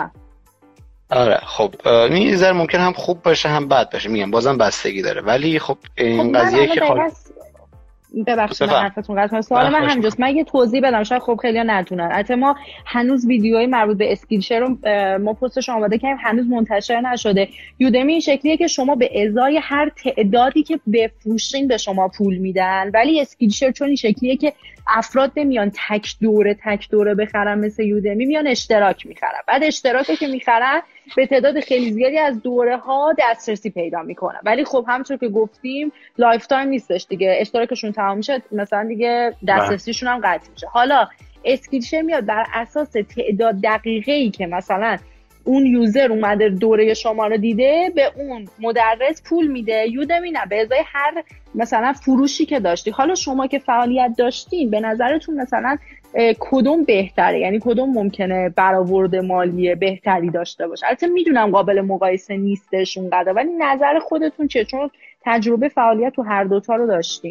آره خب این ذره ممکن هم خوب باشه هم بد باشه، میگم بازم بستگی داره. ولی خب این خب قضیه که خب ببخشید من حرفتون قطع کنم. سوال من همینجاست، من یه توضیح بدم شاید خب خیلی‌ها ندونن. البته ما هنوز ویدیوهای مربوط به اسکیلشر رو ما پستش آماده کردیم، هنوز منتشر نشده. یودمی این شکلیه که شما به ازای هر تعدادی که بفروشین به شما پول میدن، ولی اسکیلشر چون این شکلیه که افراد نمیان تک دوره تک دوره بخرن مثل یودمی، میان اشتراک میخرن. بعد اشتراکی که میخرن به تعداد خیلی زیادی از دوره ها دسترسی پیدا میکنن. ولی خب همونطور که گفتیم لایف تایم نیستش دیگه، اشتراکشون تمام میشه مثلا دیگه دسترسیشون هم قطع میشه. حالا اسکیلشر میاد بر اساس تعداد دقیقه‌ای که مثلا اون یوزر اومده دوره شما رو دیده به اون مدرس پول میده. یودمی نه، به ازای هر مثلا فروشی که داشتی. حالا شما که فعالیت داشتین به نظرتون مثلا کدوم بهتره؟ یعنی کدوم ممکنه برآورد مالی بهتری داشته باشه؟ البته میدونم قابل مقایسه نیستش اونقدر، ولی نظر خودتون چیه؟ چون تجربه فعالیت تو هر دوتا رو داشتین.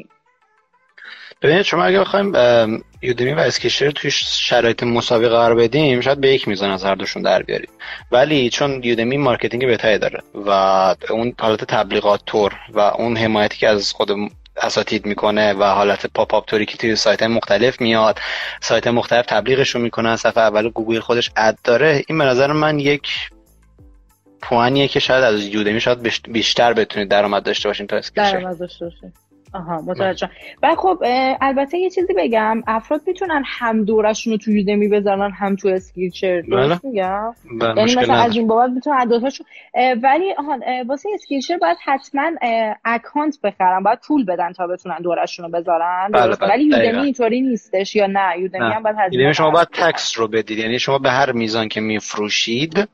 ببینید شما اگه بخوایم یودمی و اسکیلشر توی شرایط مساوی قرار بدیم شاید به یک میزان از هر دوشون در بیاریم، ولی چون یودمی مارکتینگ بهتری داره و اون حالت تبلیغات تور و اون حمایتی که از خود اساتید میکنه و حالت پاپ آپ توری که توی سایت مختلف میاد، سایت مختلف تبلیغش رو میکنن، صفحه اول گوگل خودش اد داره. این به نظر من یک پوانیه که شاید از یودمی شاید بیشتر بتونید درآمد داشته باشین تا اسکیلشر. درآمد داشته باشین. آها متوجه. بعد خب البته یه چیزی بگم، افراد میتونن هم دورشون رو تو یودمی بذارن هم تو اسکیلشر، درست میگم؟ یعنی مثلا نداره. از این بابت میتونن دوتاشون، ولی آها واسه اسکیلشر باید حتما اکانت بخرن، باید پول بدن تا بتونن دورشون رو بذارن. بله بله. ولی یودمی اینطوری نیستش یا نه؟ یودمی نه. هم باید هزینه. یودمی شما باید تکس رو بدید، یعنی شما به هر میزان که میفروشید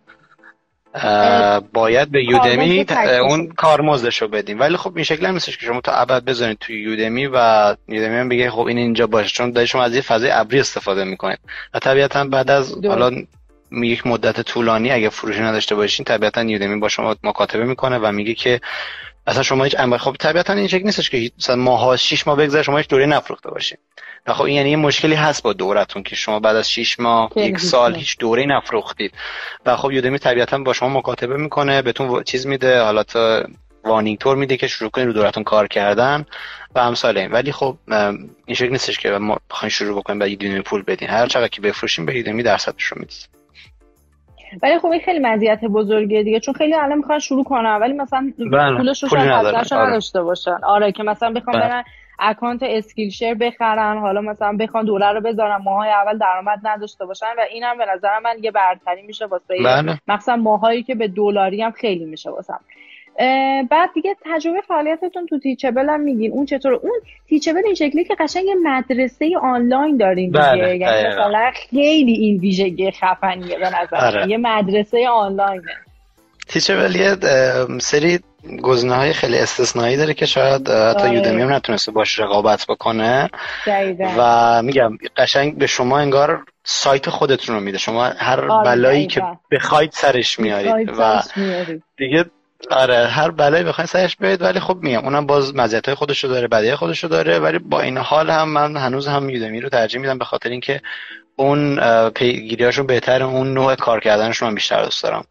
باید به یودمی اون کارمزدش رو بدیم. ولی خب این شکلی هم نیستش که شما تا ابد بذارید توی یودمی و یودمی هم بگه خب این اینجا باشه، چون دارید شما از یه فضای ابری استفاده میکنید و طبیعتا بعد از حالا یک مدت طولانی اگه فروشی نداشته باشین طبیعتا یودمی با شما مکاتبه میکنه و میگه که اصلا شما هیچ عمل، خب طبیعتا این شکل نیستش که مثلا ماها شش ماه بگذره شما هیچ دوره نفروخته باشین. خب این یعنی یه مشکلی هست با دورتون که شما بعد از شش ماه یک سال هیچ دوره نفروختید و خب یودمی طبیعتا با شما مکاتبه میکنه، بهتون چیز میده، حالت وارنینگ تور میده که شروع کنید رو دورتون کار کردن و امثال این. ولی خب این شکل نیستش که ما بخواید شروع بکنیم بعد یودمی پول بدین، هر چقدر که بفروشیم به یودمی درصدش رو میدید. ولی خب این خیلی مزیت بزرگیه دیگه، چون خیلی الان میخوان شروع کنن ولی مثلا پولش رو شاید نداشته باشن. آره که مثلا بخوام برن اکانت اسکیلشر بخرن، حالا مثلا بخوان دوره رو بذارن، ماهای اول درآمد نداشته باشن و اینم به نظر من یه برتری میشه واسه مثلا ماهایی که به دلاری هم خیلی میشه واسه. بعد دیگه تجربه فعالیتتون تو تیچبل هم میگین اون چطور؟ اون تیچبل این شکلی که قشنگ یه مدرسه آنلاین دارین دیگه، یعنی مثلا خیلی این ویژگی خفنیه به نظر یه مدرسه آنلاینه. تیچبل یه سری گزینه‌های خیلی استثنایی داره که شاید حتی یودمی هم نتونسته باش رقابت بکنه دقیقا. و میگم قشنگ به شما انگار سایت خودتون رو میده، شما هر بلایی که بخواید سرش میارید و دیگه آره هر بلایی بخواید سرش بیارید. ولی خب میگم اونم باز مزیت‌های خودشو داره، بدیهای خودشو داره، ولی با این حال هم من هنوز هم یودمی رو ترجیح میدم به خاطر اینکه اون پیگیریاشون بهتره، اون نوع کار کردنشون من بیشتر دوست دارم.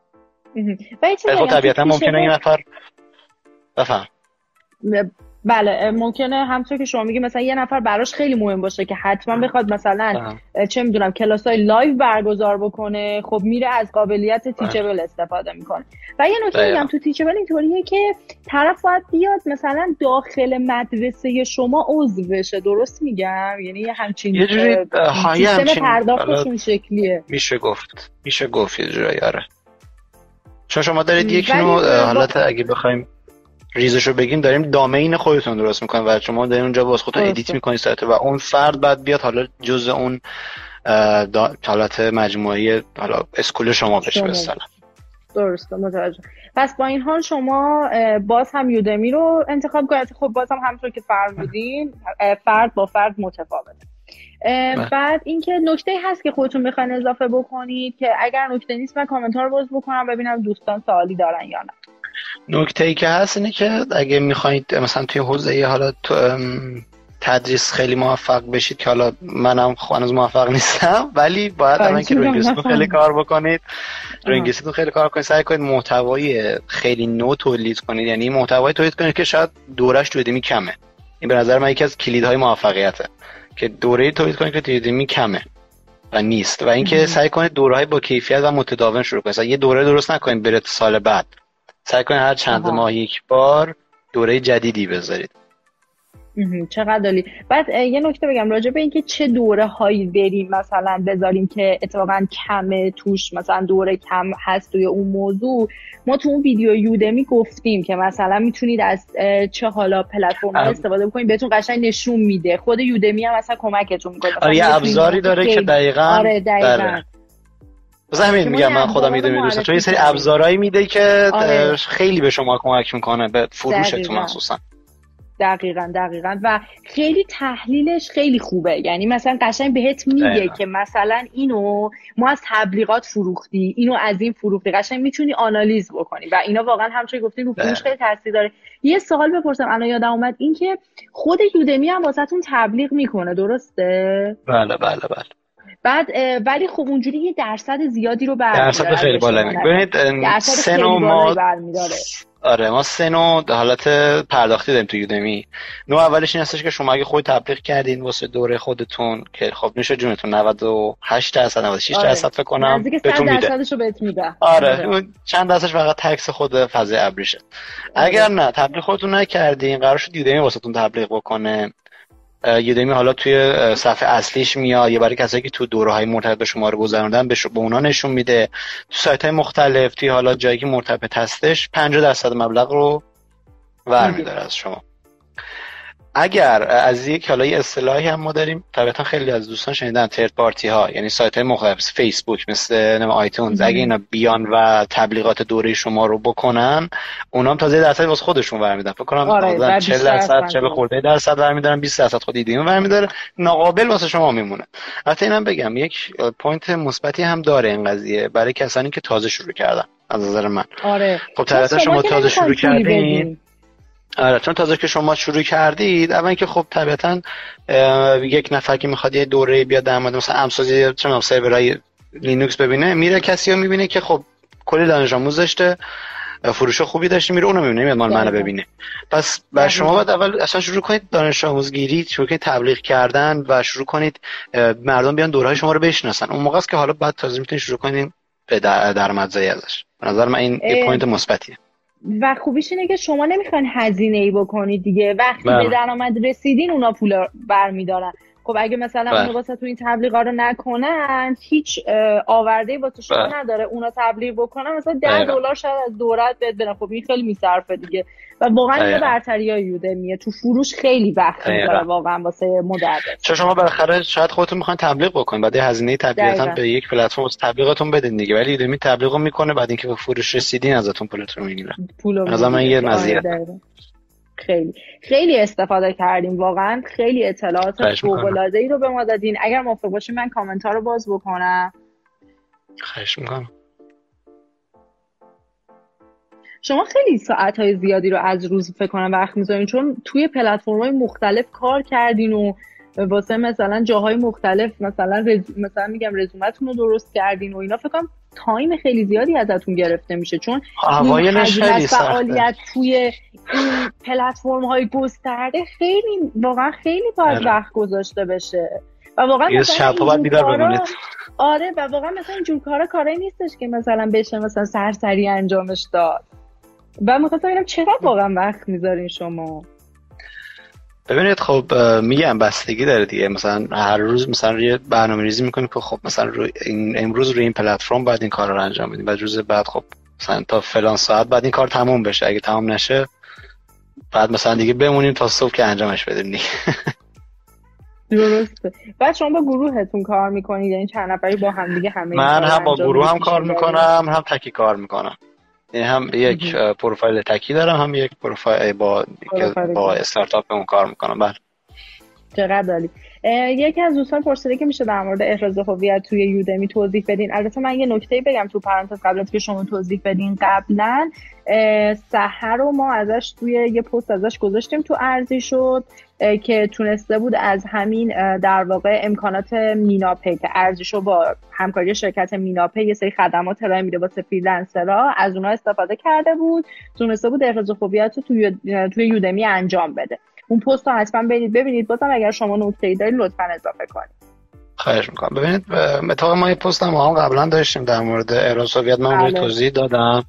خب طبیعتا ممکنه یه نفر بفهم بله ممکنه همونطور که شما میگی مثلا یه نفر براش خیلی مهم باشه که حتما بخواد مثلا چه میدونم کلاسای لایو برگزار بکنه، خب میره از قابلیت تیچبل استفاده میکنه. و یه نکته میگم تو تیچبل اینطوریه که طرف باید بیاد مثلا داخل مدرسه شما عضو بشه، درست میگم؟ یعنی یه همچین یه جوری سیستم پرداختشون شکلیه، میشه گفت میشه گفت یه جوری. آره چون شما دارید یک نوع حالت اگه بخوایم ریزشو بگیم داریم دامین خودتون درست میکنید و شما دارین اونجا واسه خودتون ادیت میکنید سایت و اون فرد بعد بیاد حالا جزء اون حالت مجموعی حالا اسکول شما بشه مثلا. درسته متوجه. پس با این حال شما باز هم یودمی رو انتخاب کنید. خب باز هم همونطور که فرمودین فرد با فرد متفاوته. بعد اینکه نکته هست که خودتون میخواین اضافه بکنید که اگر نکته نیست من کامنت ها رو باز بکنم ببینم دوستان سوالی دارن یا نه. نکته‌ای که هست اینه که اگه میخواید مثلا توی حوزه حالا تو تدریس خیلی موفق بشید که حالا منم هنوز موفق نیستم ولی باید الان که روی انگلیسیتون خیلی کار بکنید، روی انگلیسیتون خیلی کار کنید، سعی کنید محتوای خیلی نو تولید کنید، یعنی محتوای تولید کنید که شاید دورش تو یودمی کمه. این به نظر من یکی از کلیدهای موفقیته که دوره تولید کنید که تو یودمی کمه و نیست و اینکه سعی کنید دوره‌های با کیفیت و متداوم شروع کنید. مثلا یه دوره درست نکنید بره سال بعد، سعی کنید هر چند ماه یک بار دوره جدیدی بذارید. چقدر عالی. بعد یه نکته بگم راجع به اینکه چه دوره هایی بریم مثلا بذاریم که اتفاقا کمه توش مثلا دوره کم هست توی اون موضوع. ما تو اون ویدیو یودمی گفتیم که مثلا میتونید از چه حالا پلتفرم استفاده بکنید، بهتون قشنگ نشون میده. خود یودمی هم مثلا کمکتون میکنه. آره یه ابزاری داره که دقیقاً آره دقیقاً مثلا همین میگم من خودم یودمی دوست دارم چون یه سری ابزارهایی میده که آره. خیلی به شما کمک میکنه به فروشتون مخصوصا. دقیقاً دقیقاً و خیلی تحلیلش خیلی خوبه، یعنی مثلا قشنگ بهت میگه دقیقا. که مثلا اینو ما از تبلیغات فروختی، اینو از این فروختی، قشنگ میتونی آنالیز بکنی و اینا واقعا همونطور که گفتیم رو فروش خیلی تاثیر داره. یه سوال بپرسم الان یادم اومد، این که خود یودمی هم واسهتون تبلیغ میکنه درسته؟ بله بله بله. بعد ولی خب اونجوری یه درصد زیادی رو برمی‌داره. درصد خیلی بالا میگه. ببینید سه نوع ما آره ما سه نوع حالت پرداختی داریم تو یودمی. نوع اولش این هستش که شما اگه خود تبلیغ کردین واسه دوره خودتون که خب میشه جونتون نود و هشت درصد نود و شش درصد فکر کنم بهتون میده. درصدشو بهت میده. آره چند درصدش فقط تکس خود فضای ابریشه. اگر نه تبلیغ خودتون نکردین قرار شد یودمی واسهتون تبلیغ بکنه. یودمی حالا توی صفحه اصلیش میاد یه برای کسایی که تو دوره‌های مرتبط به شما رو گذروندن به اونا نشون میده. تو سایت‌های مختلف توی حالا جایی که مرتبط هستش پنجاه درصد مبلغ رو برمی‌داره از شما. اگر از یک حالا یه اصطلاحی هم ما داریم طبعا خیلی از دوستان شنیدن ترد پارتی ها یعنی سایت های مختلف فیسبوک مثل نم آیتونز اگه اینا بیان و تبلیغات دوره شما رو بکنن اونا هم تازه درصد واسه خودشون برمیدن فکر کنم آره چهل درصد چهل خورده درصد برمیدارن بیست درصد خود ایدیمو برمیداره ناقابل واسه شما میمونه. البته اینم بگم یک پوینت مثبتی هم داره این قضیه برای کسانی که تازه شروع کردن از نظر من. آره خب طبعا شما تازه شروع کردین آره چون تازه که شما شروع کردید اول که خب طبیعتاً یک نفر که میخواد یه دوره بیاد در مورد مثلا امسازی چه سرورهای لینوکس ببینه میره کسی رو میبینه که خب کلی دانش آموز داشته فروش خوبی داشته میره اونو میبینه میاد مال منو ببینه. پس بر شما باید اول اصلا شروع کنید دانش آموزگیری شروع کنید تبلیغ کردن و شروع کنید مردم بیان دورهای شما رو بشناسن. اون موقع است که حالا بعد تازه میتونید شروع کنید به درآمدزایی ازش. به نظر من این یه پوینت مثبتیه. و خوبیش اینه که شما نمیخواین هزینه‌ای بکنید دیگه وقتی بله. به درآمد رسیدین اونا پول برمیدارن. خب اگه مثلا بله. اونا واسه تو این تبلیغا رو نکنن هیچ آورده‌ای واسه شما بله. نداره اونا تبلیغ بکنن مثلا ده دلار شاید از دورت بهت بدن. خب این خیلی میصرفه دیگه و واقعا یه برتریای یودمیه تو فروش خیلی وقت می‌بره واقعا واسه مدرس. چون شما بالاخره شاید خودتون میخواین تبلیغ بکنید بعد هزینه تبلیغاتون به یک پلتفرم تبلیغاتون بدین دیگه ولی یودمی تبلیغو میکنه بعد اینکه به فروش رسیدین ازتون پولتون میگیره. از من یه مزیت خیلی خیلی استفاده کردیم واقعا خیلی اطلاعات فوق‌العاده‌ای رو به ما دادین. اگر موافق باشین من کامنت ها رو باز بکنم. خواهش می‌کنم. شما خیلی ساعت‌های زیادی رو از روز فکر کنم وقت می‌ذارین چون توی پلتفرم‌های مختلف کار کردین و واسه مثلا جاهای مختلف مثلا رز... مثلا میگم رزومتون رو درست کردین و اینا فکر کنم تایم خیلی زیادی ازتون گرفته میشه چون اوایلش خیلی فعالیت توی این پلتفرم‌های گسترده خیلی واقعا خیلی باید وقت گذاشته بشه و واقعا مثلا این کارا آره و واقعا مثلا اینجور کارا کاری نیستش که مثلا بشه مثلا سرسری انجامش داد و می‌خواستم ببینم چقدر واقعا وقت می‌ذارین شما. ببینید خب میگم بستگی داره دیگه مثلا هر روز مثلا یه برنامه‌ریزی می‌کنید که خب مثلا رو این امروز روی این پلتفرم بعد این کارا رو انجام بدیم بعد روز بعد خب مثلا تا فلان ساعت بعد این کار تموم بشه اگه تموم نشه بعد مثلا دیگه بمونیم تا صبح که انجامش بدیم دیگه. درسته. بعد شما با گروهتون کار می‌کنید یعنی چند نفری با هم دیگه همه من هم با گروه هم کار می‌کنم هم تکی کار می‌کنم. یعنی هم یک پروفایل تکی دارم هم یک پروفایل با پروفایل با استارتاپ اون کار میکنم. بله چقدر عالی. یکی از دوستان پرسیده که میشه در مورد احراز هویت توی یودمی توضیح بدین. البته من یه نکته بگم تو پرانتز قبل از که شما توضیح بدین قبلا سحر رو ما ازش توی یه پست ازش گذاشتیم تو ارزی شد که تونسته بود از همین در واقع امکانات میناپی که ارزشو با همکاری شرکت میناپی یه سری خدمات ارائه میده واسه فریلنسرها از اونها استفاده کرده بود تونسته بود احراز هویت رو توی توی یودمی انجام بده. اون پست رو حتما برید ببینید. بازم اگر شما نکته‌ای دارید لطفاً اضافه کنید. خواهش میکنم. ببینید متأ ما یه پست هم, هم قبلا داشتیم در مورد احراز هویت من روی توضیح دادم.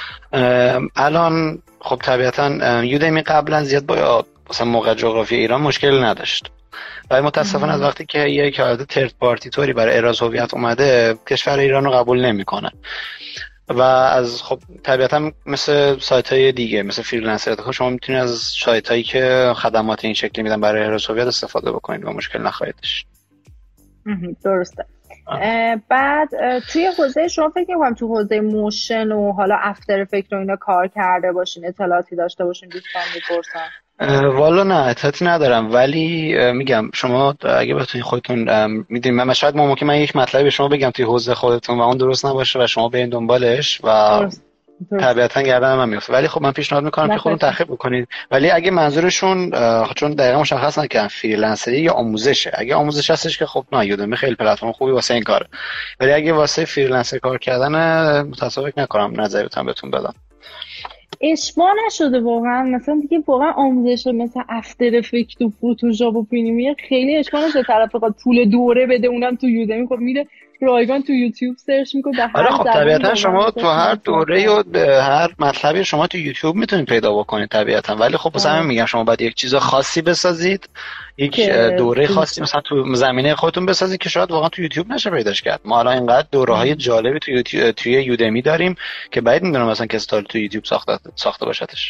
الان خب طبیعتاً یودمی قبلا زیاد با مثلا موقع جغرافی ایران مشکل نداشت. ولی متاسفانه از وقتی که یک حالت ترد پارتی توری برای احراز هویت اومده کشور ایران رو قبول نمیکنه و از خب طبیعتا مثل سایت‌های دیگه مثل فریلنسر شما میتونید از سایت‌هایی که خدمات این شکلی میدن برای احراز هویت استفاده بکنید و مشکل نخواهید داشت. درسته. بعد توی حوزه شما فکر می‌کنم تو حوزه موشن و حالا افتر افکت و اینا کار کرده باشین اطلاعاتی داشته باشین دوستان میپرسن. والا نه اطلاعاتی ندارم ولی میگم شما اگه بتونید خودتون میدونید من شاید ممکن من یک مطلبی به شما بگم توی حوزه خودتون و اون درست نباشه و شما برید دنبالش و طبیعتا گردن من میفته. ولی خب من پیشنهاد میکنم که خودتون تحقیق بکنید. ولی اگه منظورشون چون دقیقاً مشخص نکردن فریلنسری یا آموزشه، اگه آموزش هستش که خب نه یودمی خیلی پلتفرم خوبی واسه این کاره. ولی اگه واسه فریلنسر کار کردن متصابق نکنم نظریتون بهتون بدم. اشباع نشده واقعا، مثلا دیگه واقعا آموزش مثلا افتر افکت و فتوشاپ و پریمیر خیلی اشباع نشده طرف بخواد پول دوره بده اونم تو یودمی، خب میره رایگان تو یوتیوب سرچ میکنه به هر آره خب طبیعتا شما تو هر دوره و و هر مطلبی شما تو یوتیوب میتونید پیدا بکنید طبیعتا. ولی خب واسه همین میگم شما باید یک چیز خاصی بسازید، یک دوره خاصی مثلا تو زمینه خودتون بسازید که شاید واقعا تو یوتیوب نشه پیداش کرد. ما الان اینقدر دوره‌های جالبی تو یوتیوب توی یودمی داریم که بعید میدونم مثلا کسی تا تو یوتیوب ساخته ساخته باشتش.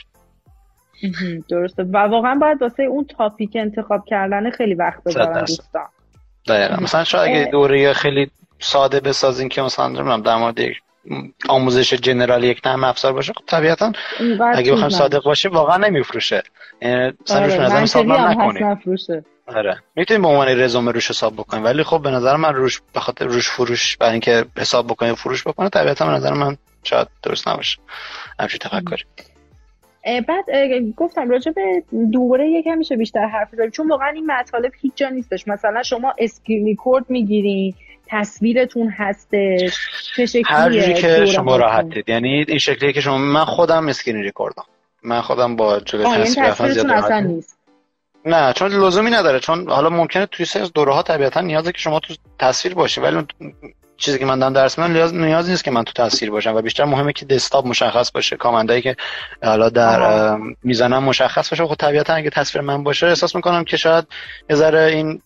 درسته و واقعا باید واسه اون تاپیک انتخاب کردن خیلی وقت بذارن دوستان. دقیقاً مثلا شاید اگه دوره خیلی ساده بسازین که مثلا نمیدونم در مورد آموزش جنرال یک نرم افزار باشه، خب طبیعتا اگه بخوایم صادق باشیم واقعا نمیفروشه. یعنی مثلا روش به نظر حساب نکنید. آره میتونیم به عنوان رزومه روش حساب بکنیم، ولی خب به نظر من روش به خاطر روش فروش برای اینکه حساب بکنیم فروش بکنه طبیعتا به نظر من شاید درست نباشه همچین تفکری. بعد گفتم راجع به دوره یکم میشه بیشتر حرف بزنیم چون واقعا این مطالب هیچ جا نیستش. مثلا شما اسکرین ریکورد میگیرین، تصویرتون هستش، چه شکلیه هر جوری که شما راحتید. یعنی این شکلیه که شما من خودم اسکرین ریکوردم، من خودم با جلوی تصویر تصویرتون اصلا نیست. نه چون لزومی نداره، چون حالا ممکنه توی سه دوره ها طبیعتا نیازه که شما تو تصویر باشی، ولی چیزی که من دارم درس میدم نیاز نیاز نیست که من تو تصویر باشم و بیشتر مهمه که دسکتاپ مشخص باشه، کامندایی که حالا در میزنم مشخص باشه. خب طبیعتا اگه تصویر من باشه احساس میکنم که شاید یه ذره این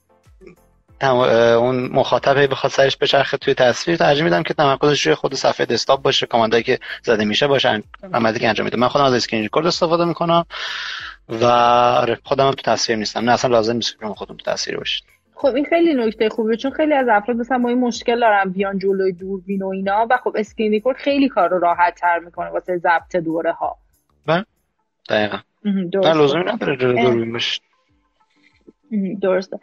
اون مخاطب بخواد سرش بچرخه توی تصویر، ترجیح میدم که تمرکزش روی خود صفحه دسکتاپ باشه، کامندایی که زده میشه باشه، عملی که انجام میدم. من خودم از اسکرین ریکورد استفاده میکنم و خودم هم تو تصویر نیستم. نه اصلا لازم نیست که شما خودتون تو تصویر باشید. خب این خیلی نکته خوبه چون خیلی از افراد مثلا با این مشکل دارن بیان جلوی دوربین و اینا و خب اسکرین ریکورد خیلی کار رو راحت تر میکنه واسه ضبط دوره ها. بله دقیقاً. نه لازمی نداره جلوی دوربین باشید. درسته.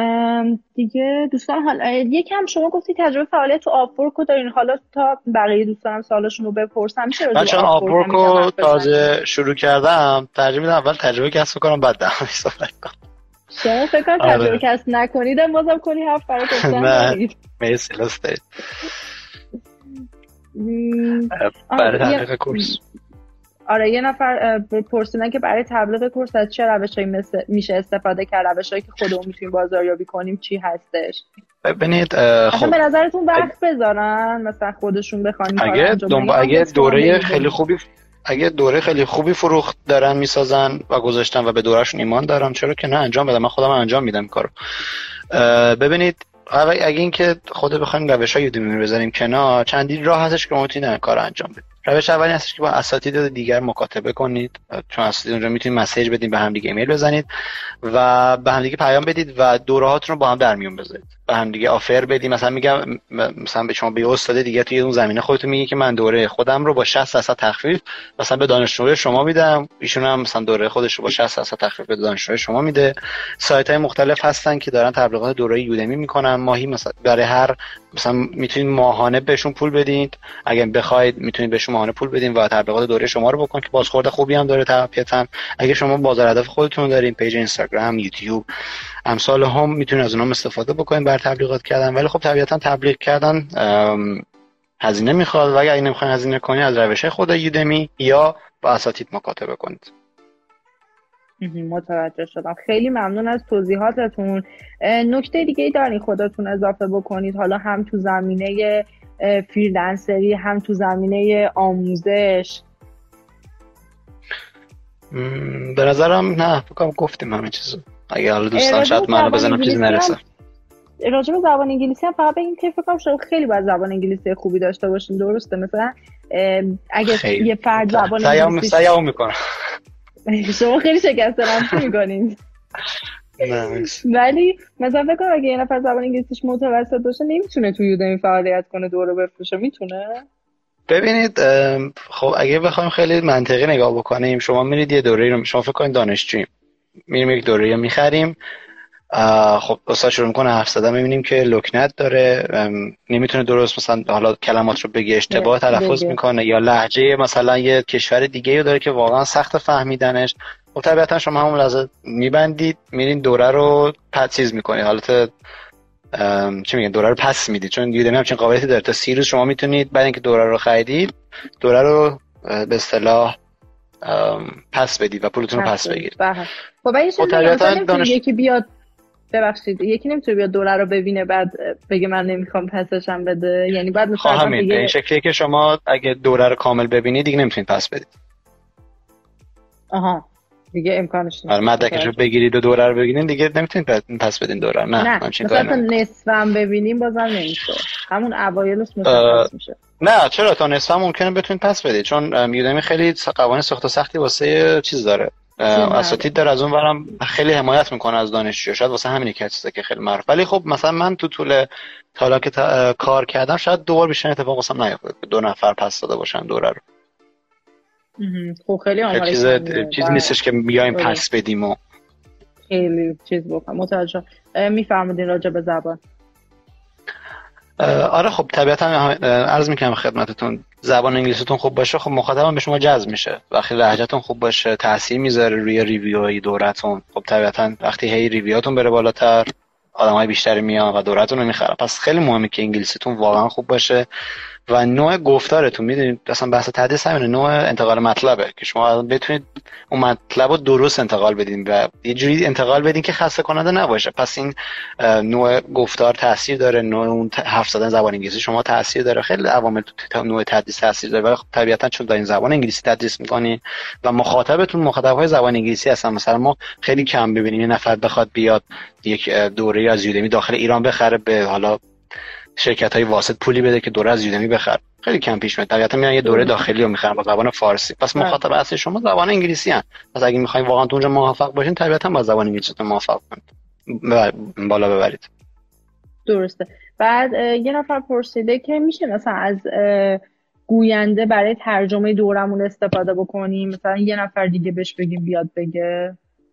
دیگه دوستان حالا یکم شما گفتی تجربه فعالیت تو آپورک رو دارین، حالا تا بقیه دوستانم سوالشون رو بپرسم میشه راجع به چون آپورک رو تازه شروع کردم ترجیح میدم اول تجربه کسب کنم بعد در موردش صحبت کنم. شما فکر کنم تجربه کسب نکنید بازم کنی حرف برای گفتن نه مرسی لست دارید برای تحقیق کورس. آره یه نفر پرسیدن که برای تبلیغ کورس از چه روشایی میشه استفاده کرد، روشایی که خودمون میتونیم بازاریابی کنیم چی هستش؟ ببینید خب به نظرتون وقت بذارن مثلا خودشون بخوان اگه دنبال اگه دوره خیلی خوبی اگه دوره خیلی خوبی فروخت دارن میسازن و گذاشتن و به دورهشون ایمان دارن چرا که نه انجام بدم. من خودم انجام میدم کارو. ببینید اگه اینکه خود بخوایم روش‌های یودمی رو بذاریم کنار، چندین راه هستش که ما میتونیم کارو انجام بدیم. روش اولی هستش که با اساتید دیگر مکاتبه کنید، چون اساتید اونجا میتونید مسیج بدید، به هم دیگه ایمیل بزنید و به هم دیگه پیام بدید و دورهاتون رو با هم در میون بذارید، به هم دیگه آفر بدید. مثلا میگم مثلا به شما به استاد دیگه توی اون زمینه خودتون میگی که من دوره خودم رو با شصت درصد تخفیف مثلا به دانشجوی شما میدم، ایشون هم مثلا دوره خودش رو با شصت درصد تخفیف به دانشجوی شما میده. سایت‌های مختلف هستن که دارن تبلیغات دوره یودمی میکنن. ماهی مثلا برای هر مثلا میتونید ماهانه بهشون پول بدید، اگه بخواید میتونید بهشون ماهانه پول بدین و تبلیغات دوره شما رو بکن که بازخورد خوبی هم داره طبیعتاً. اگه شما بازار هدف خودتون دارین، پیج اینستاگرام، یوتیوب، امثال هم میتونید از اونها استفاده بکنین برای تبلیغات کردن. ولی خب طبیعتاً تبلیغ کردن هزینه میخواد و اگه این نمیخواین هزینه کنین از روش خود یودمی یا با اساتید مکاتبه کنید. متوجه شدم. خیلی ممنون از توضیحاتتون. نکته دیگه ای دارین خودتون اضافه بکنید حالا هم تو زمینه فریلنسری هم تو زمینه آموزش؟ به نظرم نه فکرم گفتیم همه چیزو. اگه حالا دوستان شاید منو بزنم چیزی نرسه. راجع به زبان انگلیسی هم فقط بگیم که فکر کنم شما خیلی باید زبان انگلیسی خوبی داشته باشین. درسته؟ مثلا اگه یه فرد زبان انگلیسی سعیام میکنه شما خیلی شکسته نفسی میکنین ولی مثلا فکر کنم اگه یه نفر زبان انگلیسیش متوسط باشه نمیتونه تو یودمی فعالیت کنه دوره بفروشه. میتونه؟ ببینید خب اگه بخوایم خیلی منطقی نگاه بکنیم، شما میرید یه دوره رو شما فکر کنید دانشجوییم، میریم یک دوره رو میخریم خب استاد شروع میکنه حرف زدن، میبینیم که لکنت داره، نمیتونه درست مثلا حالا کلمات رو بگه، اشتباه تلفظ میکنه، یا لهجه مثلا یه کشور دیگه رو داره که واقعا سخت فهمیدنش. خب طبیعتا شما همون لحظه میبندید، میرین دوره رو چیز میکنید، حالت چی میگن، دوره رو پس میدید، چون یودمی همچین قابلیتی داره تا سی روز شما میتونید بعد اینکه دوره رو خریدید دوره رو به اصطلاح پس بدید و پولتون رو پس بگیرید. خب این شما دانش... یکی بیاد ببخشید یکی نمیتونه بیاد دوره رو ببینه بعد بگه من نمیخوام پسشم بده، یعنی بعد مثلا همین دیگه... این شکلیه که شما اگه دوره رو کامل ببینید دیگه نمیتونید پس بدید. آها دیگه امکانش نیست. مدرکش رو بگیرید و دوره رو بگیرید دیگه نمیتونید پس بدین دوره. نه نه مثلا نصفم ببینیم بازم نمیشه، همون اوایلش مشخص میشه. نه چرا تا نصف هم ممکنه بتونید پس بدید، چون یودمی خیلی قوانین سخت و سختی واسه چیز داره، اساتید داره، از اون ورم خیلی حمایت میکنه از دانشجو، شاید واسه همینه که چیزا که خیلی معروف. ولی خب مثلا من تو طول تا حالا که تا... کار کردم شاید دو بار بیشتر اتفاق واسم نیفتاد دو نفر پس داده باشن دوره رو. خب خیلی آماده چیز چیز نیستش که بیایم پس بدیم و خیلی چیز بکنم. متوجه میفرمودین راجع به زبان؟ آره خب طبیعتا عرض میکنم خدمتتون، زبان انگلیسیتون خوب باشه خب مخاطبم به شما جذب میشه، وقتی لهجهتون خوب باشه تاثیر میذاره روی ریویوهای دورتون. خب طبیعتا وقتی هی ریویواتون بره بالاتر آدمای بیشتری میان و دورتون رو میخرن. پس خیلی مهمه که انگلیسیتون واقعا خوب باشه و نوع گفتارتون، میدونید اصلا بحث تدریس همینه، نوع انتقال مطلبه که شما بتونید اون مطلب رو درست انتقال بدین و یه جوری انتقال بدین که خسته کننده نباشه. پس این نوع گفتار تاثیر داره، نوع اون حرف زدن زبان انگلیسی شما تاثیر داره، خیلی عوامل تو نوع تدریس تاثیر داره. ولی خب طبیعتا چون دارین زبان انگلیسی تدریس میکنین و مخاطبتون مخاطبای زبان انگلیسی هستن، مثلا ما خیلی کم ببینیم یه نفر بخواد بیاد یک دوره از یودمی داخل ایران بخره، به حالا شرکت‌های واسط پولی بده که دوره از یودمی بخره، خیلی کم پیش میاد. طبیعتا میان یه دوره داخلی رو میخرن با زبان فارسی. پس مخاطب اصلی شما زبان انگلیسی ان. پس اگه میخواین واقعا تو اونجا موفق باشین طبیعتا با زبان انگلیسیتون موفق کنید، بالا ببرید. درسته. بعد یه نفر پرسیده که میشه مثلا از گوینده برای ترجمه دورمون استفاده بکنیم، مثلا یه نفر دیگه بهش بگیم بیاد بگه؟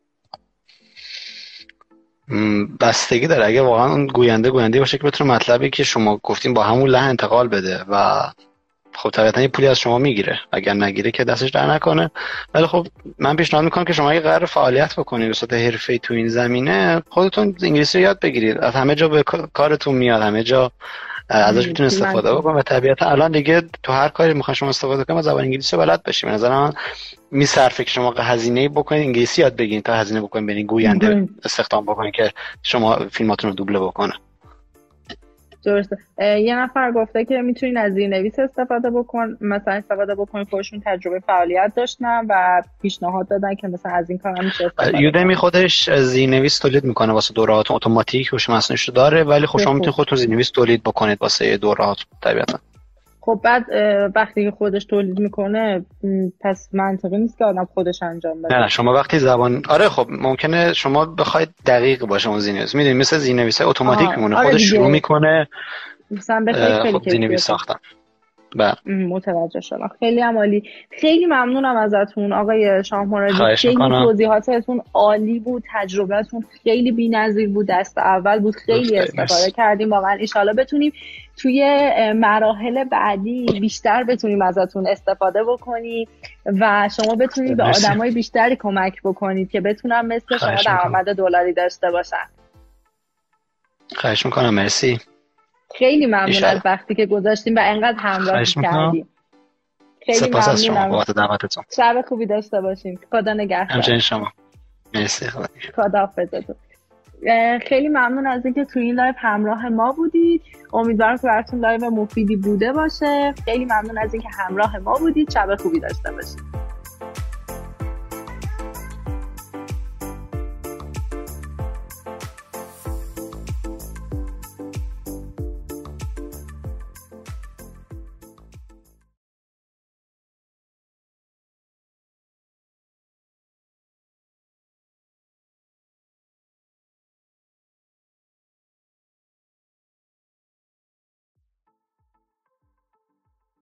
بستگی داره، اگه واقعا اون گوینده گوینده باشه که بتونه مطلبی که شما گفتین با همون لحن انتقال بده و خب طبیعتا یه پولی از شما میگیره، اگر نگیره که دستش در نکنه. ولی خب من پیشنهاد میکنم که شما اگه قرار فعالیت بکنید به صورت حرفه‌ای تو این زمینه، خودتون انگلیسی رو یاد بگیرید، از همه جا به کارتون میاد، همه جا ازش میتونید استفاده بکنید و طبیعتا الان دیگه تو هر کاری میخواین شما استفاده کنید زبان انگلیسی رو بلد باشید. به نظر من میصرفه که شما هزینه بکنید انگلیسی یاد بگیرید تا هزینه بکنید برین گوینده استخدام بکنید که شما فیلماتون رو دوبله بکنه. درسته. یه نفر گفته که میتونین از زیرنویس استفاده بکن، مثلا استفاده بکنید، خودشون تجربه فعالیت داشتن و پیشنهاد دادن که مثلا از این کارا میشه استفاده. یودمی خودش زیرنویس تولید میکنه واسه دورهاتون، اتوماتیک هوش مصنوعیش داره، ولی خب شما میتونید خودتون زیرنویس تولید بکنید واسه دورهاتون طبیعتا. خب بعد وقتی که خودش تولید میکنه پس منطقی نیست که آدم خودش انجام بده. نه شما وقتی زبان آره خب ممکنه شما بخواید دقیق باشه اون زیرنویس، میدونید مثل زیرنویسای اتوماتیک میمونه، آره خودش شروع میکنه مثلا بخواید خب زیرنویس ساختن. بله متوجه شدم. خیلی عالی، خیلی ممنونم ازتون آقای شاه مرادی، خیلی توضیحاتتون عالی بود، تجربهتون خیلی بی‌نظیر بود، دست اول بود، خیلی استفاده کردیم واقعا. ان شاءالله بتونیم توی مراحل بعدی بیشتر بتونیم ازتون استفاده بکنیم و شما بتونید به آدمای بیشتری کمک بکنید که بتونن مثل شما درآمد دلاری داشته باشن. خواهش میکنم. مرسی. خیلی ممنون از وقتی که گذاشتیم و انقدر همراهی کردیم. خیلی سپاس از شما بابت دعوتتون. شب خوبی داشته باشین. خدا نگهدار. همچنین شما. مرسی. خدا خداحافظتون. خیلی ممنون از اینکه تو این لایو همراه ما بودید. امیدوارم که براتون لایو مفیدی بوده باشه. خیلی ممنون از اینکه همراه ما بودید. شب خوبی داشته باشید.